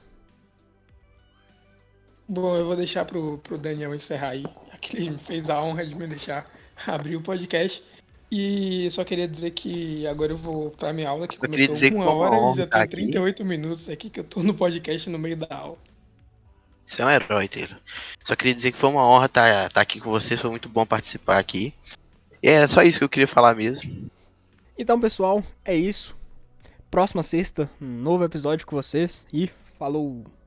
Bom, eu vou deixar pro, pro Daniel encerrar aí, já que ele fez a honra de me deixar abrir o podcast. E só queria dizer que agora eu vou pra minha aula, que Eu queria começou dizer que uma foi uma hora e honra já estar tem trinta e aqui. oito minutos aqui que eu tô no podcast no meio da aula. Você é um herói, Taylor. Só queria dizer que foi uma honra estar, estar aqui com você, foi muito bom participar aqui. E era só isso que eu queria falar mesmo. Então, pessoal, é isso. Próxima sexta, um novo episódio com vocês e falou!